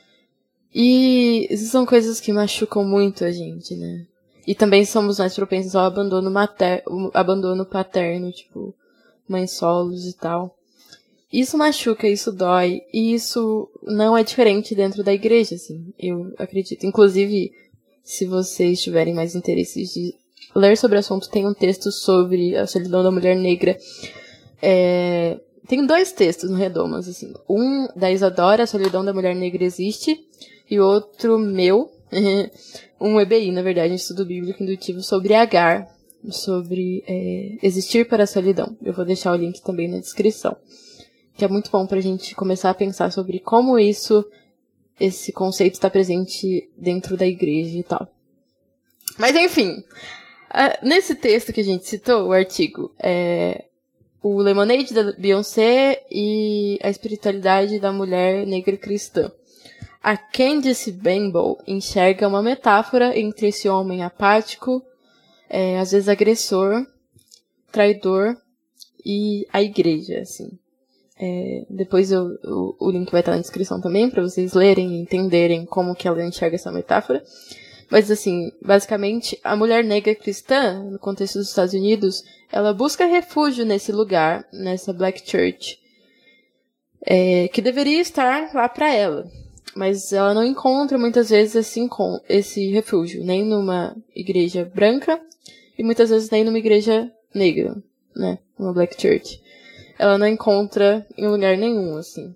E essas são coisas que machucam muito a gente, né. E também somos mais propensos ao abandono materno, abandono paterno, tipo, mães solos e tal. Isso machuca, isso dói, e isso não é diferente dentro da igreja, assim, eu acredito. Inclusive, se vocês tiverem mais interesse de ler sobre o assunto, tem um texto sobre a solidão da mulher negra. É... Tem dois textos no Redomas, assim. Um da Isadora, A Solidão da Mulher Negra Existe, e outro meu, um E B I, na verdade, um estudo bíblico indutivo sobre Agar, sobre é, existir para a solidão. Eu vou deixar o link também na descrição, que é muito bom pra gente começar a pensar sobre como isso, esse conceito está presente dentro da igreja e tal. Mas enfim, nesse texto que a gente citou, o artigo, é o Lemonade da Beyoncé e a espiritualidade da mulher negra cristã. A Candice Bamble enxerga uma metáfora entre esse homem apático, é, às vezes agressor, traidor e a igreja, assim. É, depois eu, o, o link vai estar na descrição também, para vocês lerem e entenderem como que ela enxerga essa metáfora. Mas, assim, basicamente, a mulher negra cristã, no contexto dos Estados Unidos, ela busca refúgio nesse lugar, nessa Black Church, é, que deveria estar lá para ela. Mas ela não encontra, muitas vezes, esse, esse refúgio, nem numa igreja branca, e muitas vezes nem numa igreja negra, né, uma Black Church. Ela não encontra em lugar nenhum, assim.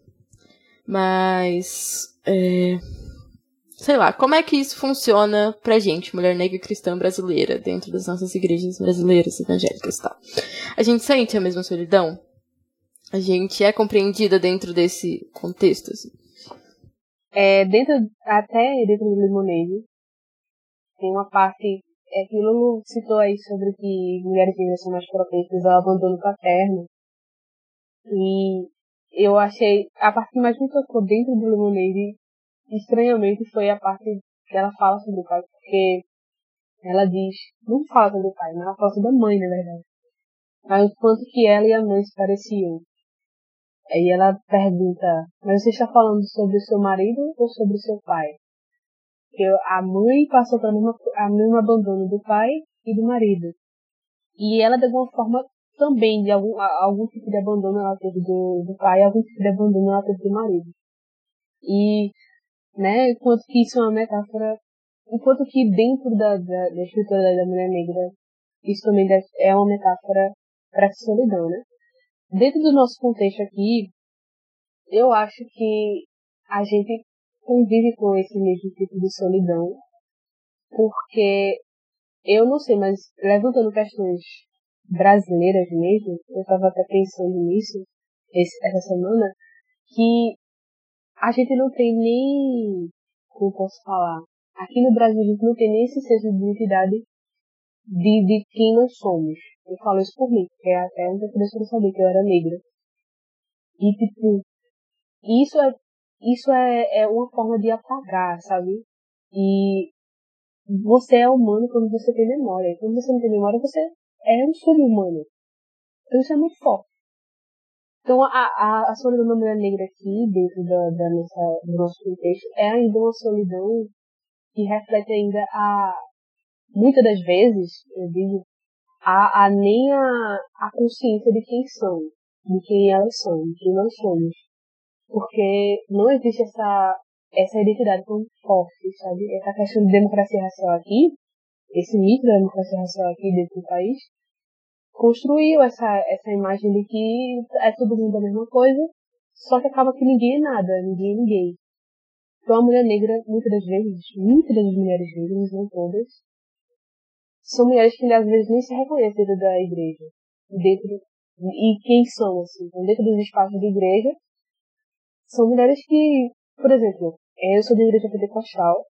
Mas, é... sei lá, como é que isso funciona pra gente, mulher negra cristã brasileira, dentro das nossas igrejas brasileiras, evangélicas e tal? A gente sente a mesma solidão? A gente é compreendida dentro desse contexto, assim? É, dentro, até dentro do Lemonade, tem uma parte, é que o Lulu citou aí sobre que mulheres negras são mais propensas ao abandono paterno. E eu achei, a parte que mais me tocou dentro do Lemonade, estranhamente, foi a parte que ela fala sobre o pai, porque ela diz, não fala sobre o pai, mas ela fala sobre a mãe, na verdade. Mas o quanto que ela e a mãe se pareciam. Aí ela pergunta, mas você está falando sobre o seu marido ou sobre o seu pai? Porque a mãe passou pelo mesmo, a mesmo abandono do pai e do marido. E ela, de alguma forma, também, de algum, algum tipo de abandono ela teve do, do pai, algum tipo de abandono ela teve do marido. E, né, enquanto que isso é uma metáfora, enquanto que dentro da, da, da escritura da mulher negra, isso também deve, é uma metáfora para essa solidão, né? Dentro do nosso contexto aqui, eu acho que a gente convive com esse mesmo tipo de solidão, porque, eu não sei, mas levantando questões brasileiras mesmo, eu estava até pensando nisso esse, essa semana, que a gente não tem nem, como posso falar, aqui no Brasil a gente não tem nem esse senso de identidade de, de quem nós somos. Eu falo isso por mim, porque até uma pessoa que eu sabia que eu era negra. E, tipo, isso é, isso é, é uma forma de apagar, sabe? E você é humano quando você tem memória. E quando você não tem memória, você é um sub-humano. Então isso é muito forte. Então a, a, a solidão da mulher negra aqui, dentro da, da nossa, do nosso contexto, é ainda uma solidão que reflete ainda a, muitas das vezes, eu digo, a, a nem a, a consciência de quem são, de quem elas são, de quem nós somos. Porque não existe essa, essa identidade tão forte, sabe? Essa questão de democracia racial aqui, esse mito da democracia racial aqui dentro do país, construiu essa, essa imagem de que é todo mundo a mesma coisa, só que acaba que ninguém é nada, ninguém é ninguém. Então a mulher negra, muitas das vezes, muitas das mulheres negras, não todas, são mulheres que às vezes nem se reconhecem dentro da igreja. Dentro, e quem são, assim, então, dentro dos espaços da igreja, são mulheres que, por exemplo, eu sou da igreja pentecostal,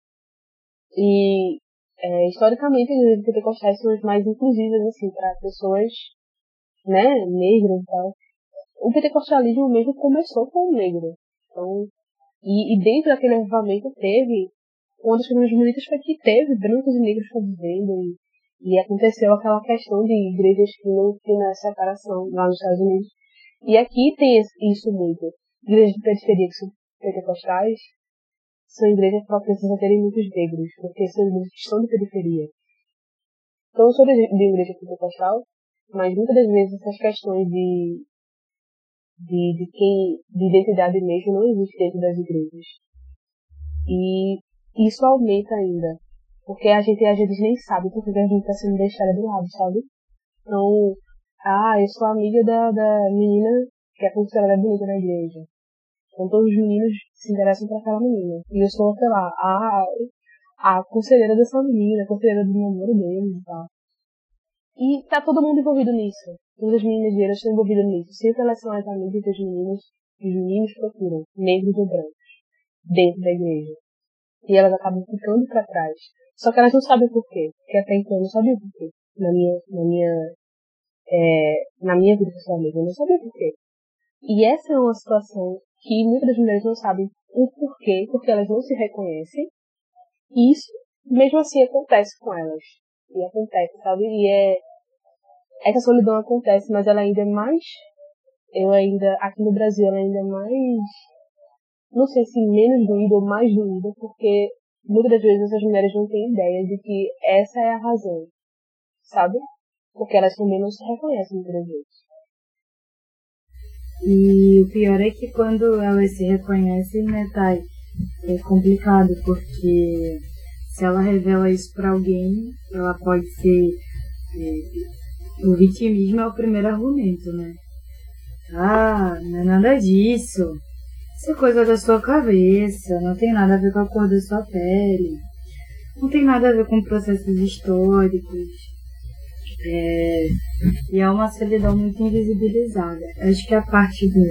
e é, historicamente as igrejas pentecostais são as mais inclusivas, assim, para pessoas, né, negras e tal. O pentecostalismo mesmo começou com o negro. Então, e, e dentro daquele avivamento teve, uma das coisas bonitas foi que teve brancos e negros convivendo, e, e aconteceu aquela questão de igrejas que não tinham essa separação lá nos Estados Unidos. E aqui tem isso muito. Igrejas de periferia que são pentecostais são igrejas que precisam terem muitos negros, porque são igrejas que estão de periferia. Então eu sou de, de igreja pentecostal, mas muitas das vezes essas questões de de, de quem, de identidade mesmo não existe dentro das igrejas. E isso aumenta ainda, porque a gente às vezes nem sabe porque a gente está sendo deixada de lado, sabe? Então, ah, eu sou amiga da, da menina que é considerada bonita na igreja. Então todos os meninos se interessam por aquela menina. E eu sou, sei lá, a, a conselheira dessa menina, a conselheira do namoro deles e tal. E tá todo mundo envolvido nisso. Todas as meninas de estão envolvidas nisso. Sempre elas são as amigas das meninas que os meninos procuram, negros ou brancos, dentro da igreja. E elas acabam ficando pra trás. Só que elas não sabem por quê. Porque até então eu não sabia por quê. Na minha, na minha, é, na minha vida pessoal mesmo, eu não sabia por quê. E essa é uma situação que muitas das mulheres não sabem o porquê, porque elas não se reconhecem. E isso, mesmo assim, acontece com elas. E acontece, sabe? E é, essa solidão acontece, mas ela ainda é mais, eu ainda, aqui no Brasil, ela ainda é mais, não sei se menos doída ou mais doída, porque muitas das vezes essas mulheres não têm ideia de que essa é a razão, sabe? Porque elas também não se reconhecem muitas das vezes. E o pior é que quando elas se reconhecem, né, Thay, é complicado, porque se ela revela isso pra alguém, ela pode ser... É, o vitimismo é o primeiro argumento, né? Ah, não é nada disso. Isso é coisa da sua cabeça, não tem nada a ver com a cor da sua pele, não tem nada a ver com processos históricos. É, e é uma solidão muito invisibilizada. Acho que a parte do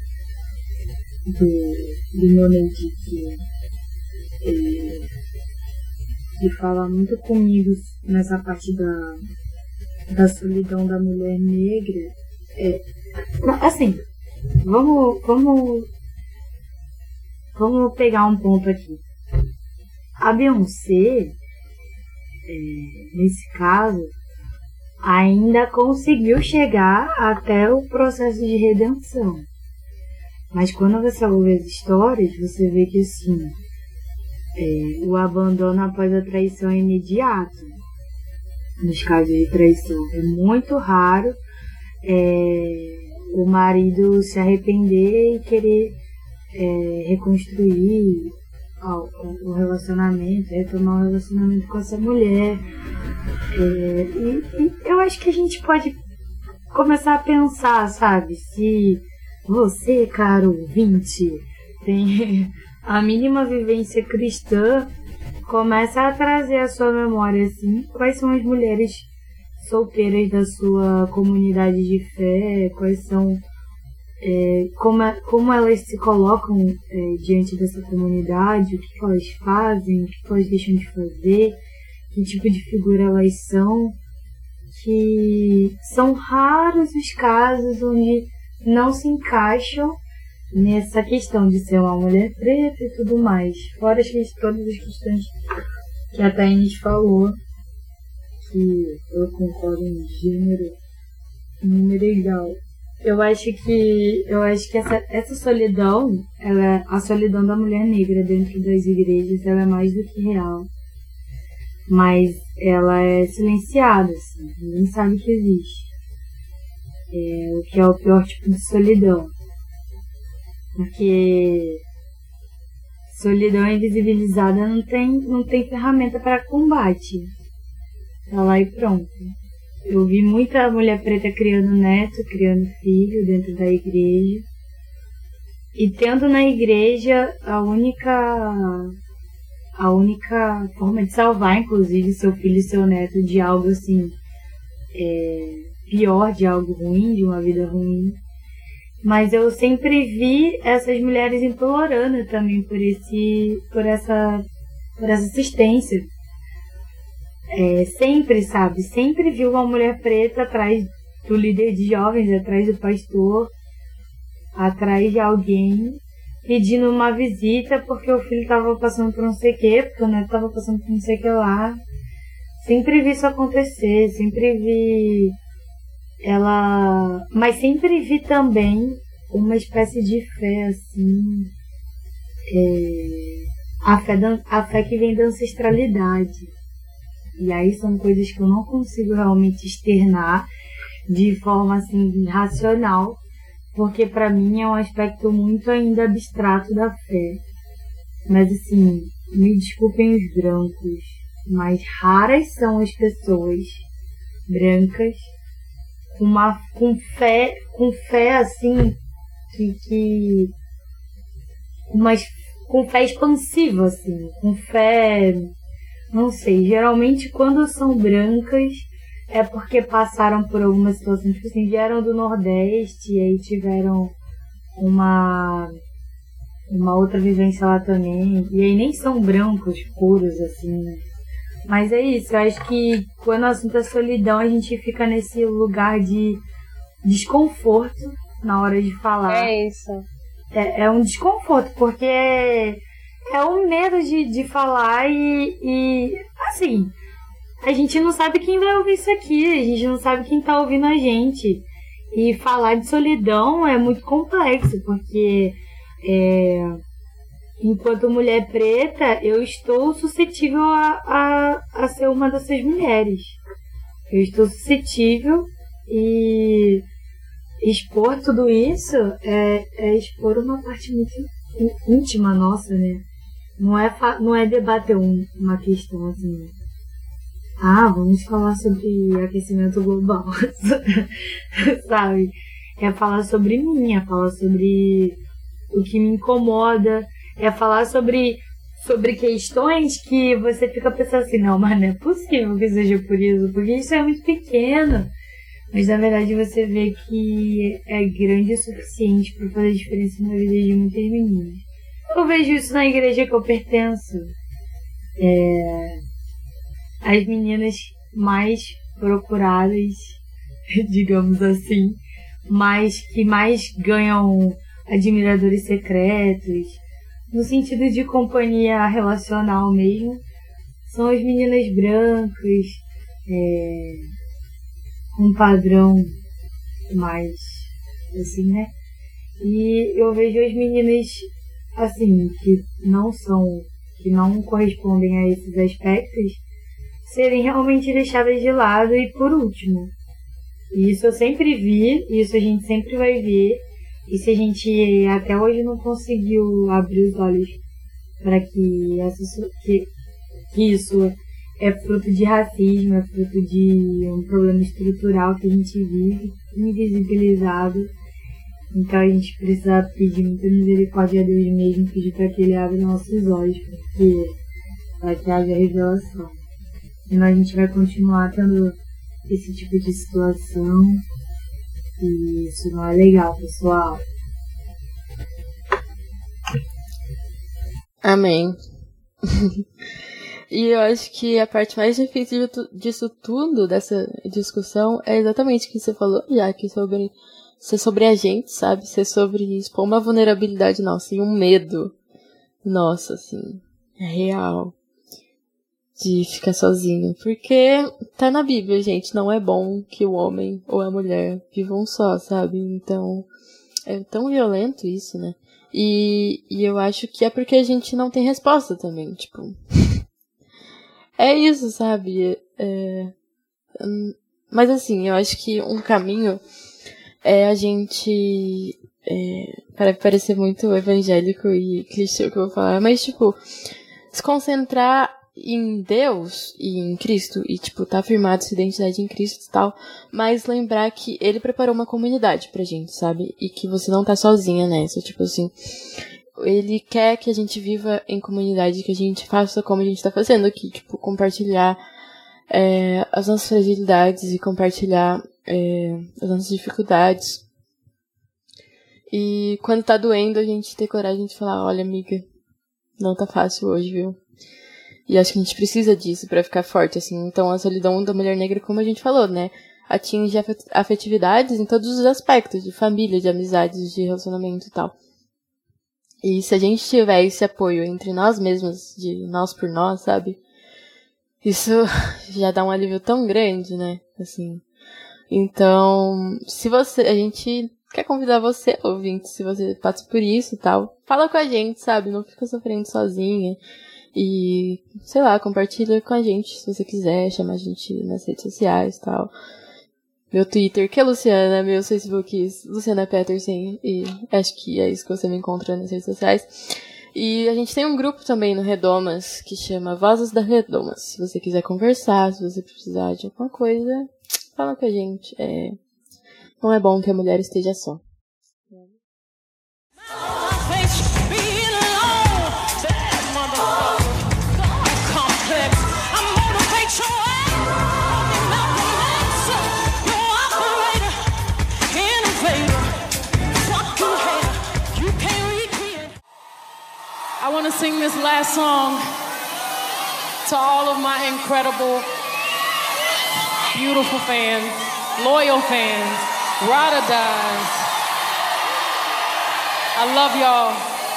do, do Monedi que é, que fala muito comigo nessa parte da, da solidão da mulher negra é, assim, vamos vamos vamos pegar um ponto aqui. A Beyoncé, é, nesse caso, ainda conseguiu chegar até o processo de redenção. Mas quando você ouve as histórias, você vê que assim, é, o abandono após a traição é imediato. Nos casos de traição é muito raro é, o marido se arrepender e querer é, reconstruir o relacionamento, retomar o relacionamento com essa mulher. É, e, e eu acho que a gente pode começar a pensar, sabe, se você, caro ouvinte, tem a mínima vivência cristã, começa a trazer à sua memória, assim, quais são as mulheres solteiras da sua comunidade de fé, quais são, é, como, como elas se colocam é, diante dessa comunidade, o que, que elas fazem, o que, que elas deixam de fazer, que tipo de figura elas são, que são raros os casos onde não se encaixam nessa questão de ser uma mulher preta e tudo mais. Fora as, todas as questões que a Thaís falou, que eu concordo em gênero, número e grau. Eu acho que, eu acho que essa, essa solidão, ela, a solidão da mulher negra dentro das igrejas, ela é mais do que real. Mas ela é silenciada, assim, ninguém sabe que existe. É, o que é o pior tipo de solidão. Porque solidão invisibilizada não tem, não tem ferramenta para combate. Tá lá e pronto. Eu vi muita mulher preta criando neto, criando filho dentro da igreja. E tendo na igreja a única... A única forma de salvar, inclusive, seu filho e seu neto de algo assim, é, pior, de algo ruim, de uma vida ruim. Mas eu sempre vi essas mulheres implorando também por, esse, por, essa, por essa assistência. É, sempre, sabe? Sempre vi uma mulher preta atrás do líder de jovens, atrás do pastor, atrás de alguém, pedindo uma visita porque o filho estava passando por não sei o que, porque o neto estava passando por não sei o que lá. Sempre vi isso acontecer, sempre vi ela... Mas sempre vi também uma espécie de fé, assim... É... A, fé da... a fé que vem da ancestralidade. E aí são coisas que eu não consigo realmente externar de forma, assim, racional, porque para mim é um aspecto muito ainda abstrato da fé. Mas assim, me desculpem os brancos, mas raras são as pessoas brancas com uma com fé, com fé assim que, que mas com fé expansiva, assim, com fé, não sei, geralmente quando são brancas é porque passaram por alguma situação, tipo assim, vieram do Nordeste e aí tiveram uma, uma outra vivência lá também, e aí nem são brancos puros, assim, mas é isso, eu acho que quando o assunto é solidão, a gente fica nesse lugar de desconforto na hora de falar. É isso. É, é um desconforto, porque é, é um medo de, de falar e, e, assim, a gente não sabe quem vai ouvir isso aqui, a gente não sabe quem tá ouvindo a gente. E falar de solidão é muito complexo, porque é, enquanto mulher preta, eu estou suscetível a, a, a ser uma dessas mulheres. Eu estou suscetível e expor tudo isso é, é expor uma parte muito íntima nossa, né? Não é, não é debater um, uma questão assim. Ah, vamos falar sobre aquecimento global, sabe? É falar sobre mim, é falar sobre o que me incomoda, é falar sobre, sobre questões que você fica pensando assim, não, mas não é possível que seja por isso, porque isso é muito pequeno. Mas na verdade você vê que é grande o suficiente para fazer diferença na vida de muitas meninas. Eu vejo isso na igreja que eu pertenço. É... As meninas mais procuradas, digamos assim, mas que mais ganham admiradores secretos, no sentido de companhia relacional mesmo, são as meninas brancas, é, com um padrão mais assim, né? E eu vejo as meninas assim, que não são, que não correspondem a esses aspectos, serem realmente deixadas de lado e por último. E isso eu sempre vi, isso a gente sempre vai ver, e se a gente até hoje não conseguiu abrir os olhos para que, que, que isso é fruto de racismo, é fruto de um problema estrutural que a gente vive, invisibilizado. Então a gente precisa pedir muita misericórdia a Deus mesmo, pedir para que Ele abra nossos olhos, porque vai que haja revelação. Senão a gente vai continuar tendo esse tipo de situação e isso não é legal, pessoal. Amém. E eu acho que a parte mais difícil disso tudo, dessa discussão, é exatamente o que você falou, já que sobre ser sobre a gente, sabe? Ser sobre expor uma vulnerabilidade nossa e um medo nossa, assim, é real. De ficar sozinho. Porque tá na Bíblia, gente. Não é bom que o homem ou a mulher vivam só, sabe? Então, é tão violento isso, né? E, e eu acho que é porque a gente não tem resposta também, tipo... é isso, sabe? É... Mas assim, eu acho que um caminho é a gente... É... Para parecer muito evangélico e clichê o que eu vou falar, mas tipo... Se concentrar em Deus e em Cristo, e, tipo, tá afirmado sua identidade em Cristo e tal, mas lembrar que Ele preparou uma comunidade pra gente, sabe? E que você não tá sozinha nessa, tipo assim, Ele quer que a gente viva em comunidade, que a gente faça como a gente tá fazendo aqui, tipo, compartilhar é, as nossas fragilidades e compartilhar é, as nossas dificuldades. E quando tá doendo, a gente ter coragem de falar, olha, amiga, não tá fácil hoje, viu? E acho que a gente precisa disso pra ficar forte, assim. Então, a solidão da mulher negra, como a gente falou, né? Atinge afetividades em todos os aspectos. De família, de amizades, de relacionamento e tal. E se a gente tiver esse apoio entre nós mesmos, de nós por nós, sabe? Isso já dá um alívio tão grande, né? Assim. Então, se você... A gente quer convidar você, ouvinte, se você passa por isso e tal. Fala com a gente, sabe? Não fica sofrendo sozinha. E, sei lá, compartilha com a gente, se você quiser, chama a gente nas redes sociais e tal. Meu Twitter, que é Luciana, meu Facebook, Luciana Peterson, e acho que é isso que você me encontra nas redes sociais. E a gente tem um grupo também no Redomas, que chama Vozes da Redomas. Se você quiser conversar, se você precisar de alguma coisa, fala com a gente. É... Não é bom que a mulher esteja só. last song to all of my incredible, beautiful fans, loyal fans, ride or dies. I love y'all.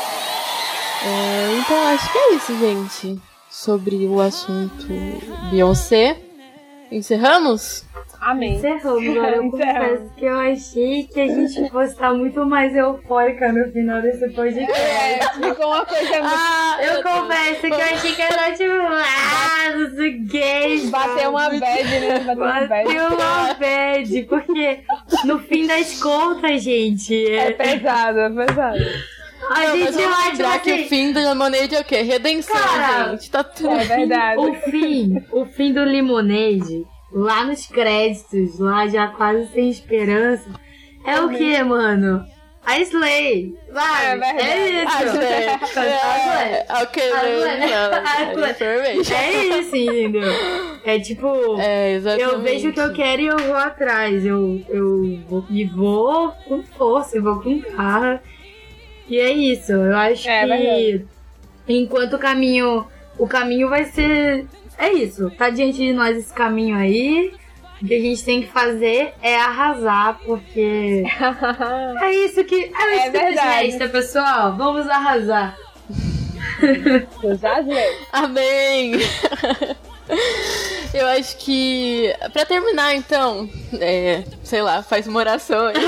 É, então acho que é isso, gente. Sobre o assunto Beyoncé. Encerramos? Amém. Encerramos, agora eu confesso que eu achei que a gente fosse estar muito mais eufórica no final desse podcast. É, ficou uma coisa muito... Ah, eu confesso que eu achei que era tipo, ah, não sei o que. Bateu uma bad, né? Bateu uma bad. Bateu uma bad, porque no fim das contas, gente... É pesado, é pesado. A não, gente vai lembrar que assim, o fim do Lemonade é o quê? Redenção, cara, gente. Tá tudo. É verdade. O fim, o fim do Lemonade, lá nos créditos, lá já quase sem esperança, é o que, mano? A Slay. Vai, é verdade. É isso. A Slay. É, é, ok, a Slay. É isso, entendeu? É tipo, é, eu vejo o que eu quero e eu vou atrás. Eu, eu vou, e vou com força, eu vou com garra. E é isso, eu acho é, que verdade. Enquanto o caminho, o caminho vai ser, é isso, tá diante de nós esse caminho aí, o que a gente tem que fazer é arrasar, porque é isso que, é isso é que resta, pessoal, vamos arrasar. Amém! Eu acho que, pra terminar, então, é, sei lá, faz uma oração aí.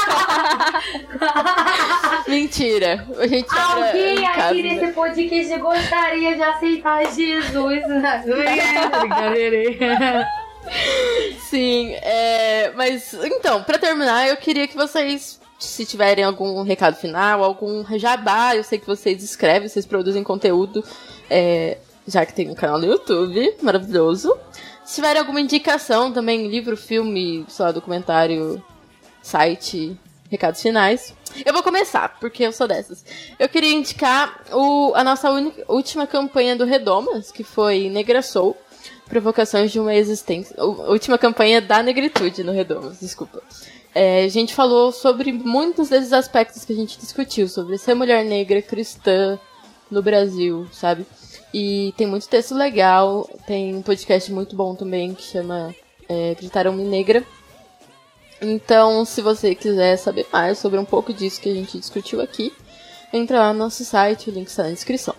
Mentira. A gente Alguém aqui casa, nesse né? podcast gostaria de aceitar Jesus, né? Brincadeira. Sim, é, mas, então, pra terminar, eu queria que vocês, se tiverem algum recado final, algum jabá, eu sei que vocês escrevem, vocês produzem conteúdo, é... já que tem um canal no YouTube, maravilhoso. Se tiver alguma indicação também, livro, filme, sei lá, documentário, site, recados finais. Eu vou começar, porque eu sou dessas. Eu queria indicar o, a nossa única, última campanha do Redomas, que foi Negra Soul, Provocações de uma Existência. A última campanha da negritude no Redomas, desculpa. É, a gente falou sobre muitos desses aspectos que a gente discutiu, sobre ser mulher negra cristã no Brasil, sabe? E tem muito texto legal, tem um podcast muito bom também que chama é, Gritaram-me Negra. Então, se você quiser saber mais sobre um pouco disso que a gente discutiu aqui, entra lá no nosso site, o link está na descrição.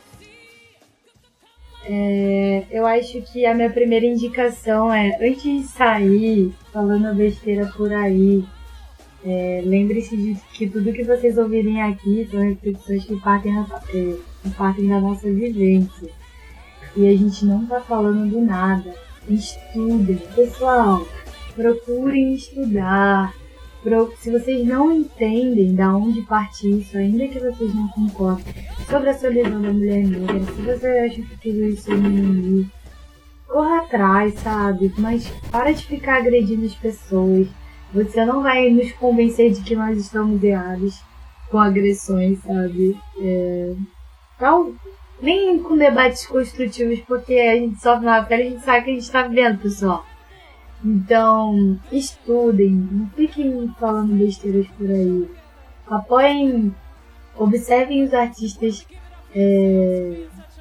É, eu acho que a minha primeira indicação é, antes de sair falando besteira por aí, é, lembre-se de que tudo que vocês ouvirem aqui são reflexões que partem, na, é, que partem da nossa vivência. E a gente não tá falando do nada. Estudem. Pessoal, procurem estudar. Pro... Se vocês não entendem da onde partir isso, ainda que vocês não concordem, sobre a solidão da mulher negra, se você acha que tudo isso é mimimi, corra atrás, sabe? Mas para de ficar agredindo as pessoas. Você não vai nos convencer de que nós estamos errados com agressões, sabe? É... Então, nem com debates construtivos, porque a gente sofre na pele, a gente sabe que a gente tá vivendo, pessoal. Então, estudem, não fiquem falando besteiras por aí. Apoiem, observem os artistas, é,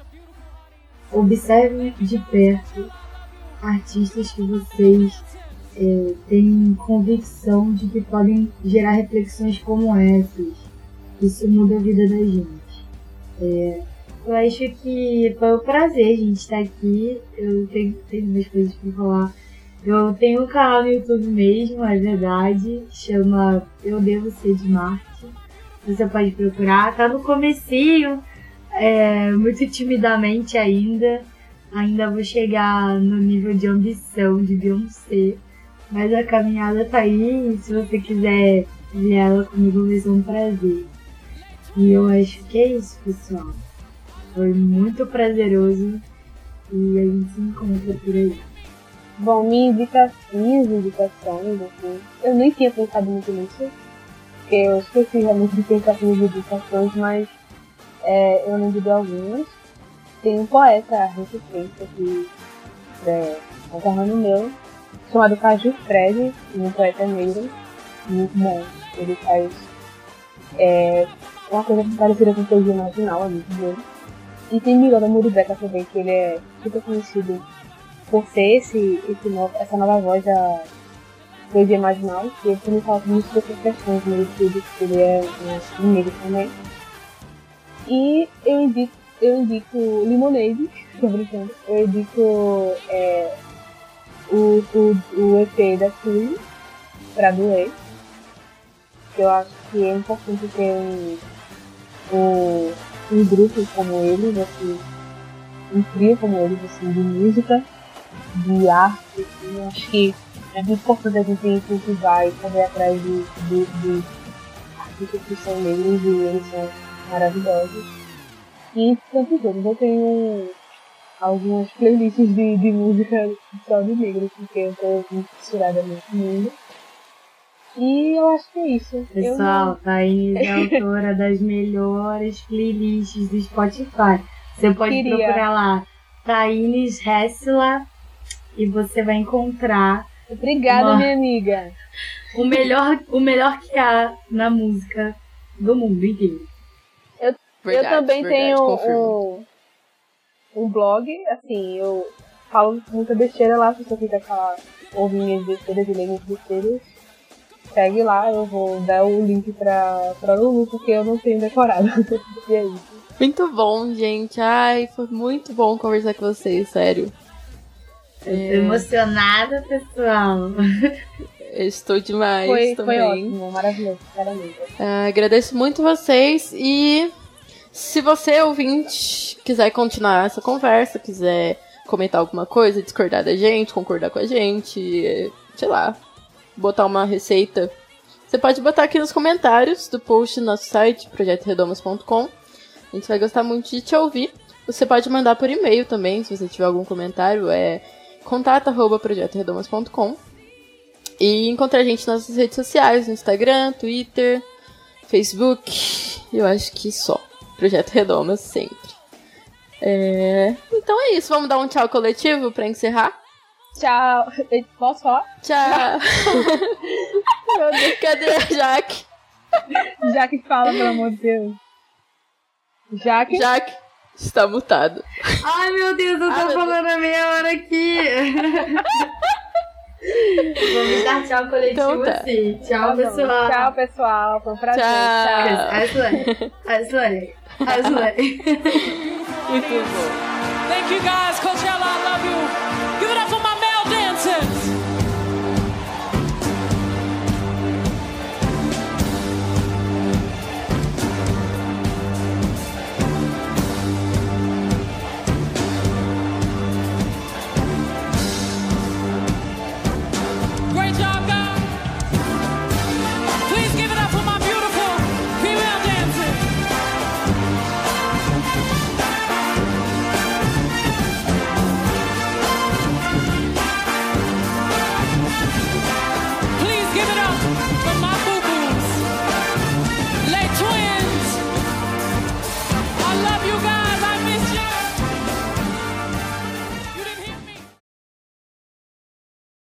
observem de perto artistas que vocês é, têm convicção de que podem gerar reflexões como essas. Isso muda a vida da gente. É, eu acho que foi um prazer a gente estar aqui. Eu tenho, tenho umas coisas pra falar. Eu tenho um canal no YouTube mesmo, é verdade. Chama Eu Devo Ser de Marte. Você pode procurar. Tá no comecinho, é, muito timidamente ainda. Ainda vou chegar no nível de ambição de Beyoncé. Mas a caminhada tá aí. E se você quiser ver ela comigo, vai ser um prazer. E eu acho que é isso, pessoal. Foi muito prazeroso e a gente se encontra por aí. Bom, minha indica... minhas indicações, assim, eu nem tinha pensado muito nisso, porque eu esqueci realmente de pensar nas minhas indicações, mas é, eu lembro de algumas. Tem um poeta recente que é um terreno meu, chamado Caju Fred, um poeta negro, muito bom. Ele faz é, uma coisa parecida com poesia marginal, a gente dele. E tem Miguel da Muribeca também, que ele é super conhecido por ser esse, esse novo, essa nova voz da poesia marginal, e ele também fala muito sobre essas questões no YouTube, que ele é um negro também. E eu indico, eu indico Lemonade, tô brincando, eu indico é, o, o, o E P da Tui, pra doer. Eu acho que é importante ter um, um, um grupo como eles, assim, um trio como eles, assim, de música, de arte, assim. Eu acho que é muito importante a gente incentivar e correr atrás de, de, de artistas que são negros e eles são maravilhosos. E tantos outros, eu tenho algumas playlists de, de música só de negros, porque eu tô muito fissurada nesse mundo. E eu acho que é isso. Pessoal, não... Thaís é autora das melhores playlists do Spotify. Você pode Queria. procurar lá Thaís Hessler e você vai encontrar. Obrigada, uma... minha amiga. O melhor, o melhor que há na música do mundo inteiro. Eu, Verdade, eu também verdade, tenho confirmo. um, um blog, assim, eu falo muita besteira lá, se você quiser falar, ouvir minhas besteiras e ler minhas besteiras. Segue lá, eu vou dar o link pra, pra Lulu, porque eu não tenho decorado. E é isso. Muito bom, gente. Ai, foi muito bom conversar com vocês, sério. Eu tô emocionada, pessoal. Eu estou demais Foi, também. foi ótimo, maravilhoso, sinceramente. Uh, agradeço muito vocês e se você, ouvinte, quiser continuar essa conversa, quiser comentar alguma coisa, discordar da gente, concordar com a gente, sei lá, botar uma receita, você pode botar aqui nos comentários do post do nosso site, projeto redomas ponto com. A gente vai gostar muito de te ouvir. Você pode mandar por e-mail também, se você tiver algum comentário, é contato arroba projeto redomas ponto com. E encontra a gente nas nossas redes sociais, no Instagram, Twitter, Facebook, eu acho que só. Projeto Redomas sempre. É... Então é isso, vamos dar um tchau coletivo pra encerrar? Tchau. Posso falar? Tchau. Meu Deus, cadê a Jaque? Jaque fala, pelo amor de Deus. Jaque? Jaque está mutado. Ai, meu Deus, eu tô Ai, falando a meia hora aqui. Vamos dar tchau coletivo Então tá. assim. Tchau, Tá bom. pessoal. Tchau, pessoal. Foi um prazer. Tchau. Asley. Asley. Asley. Muito bom. Thank you guys, Coach.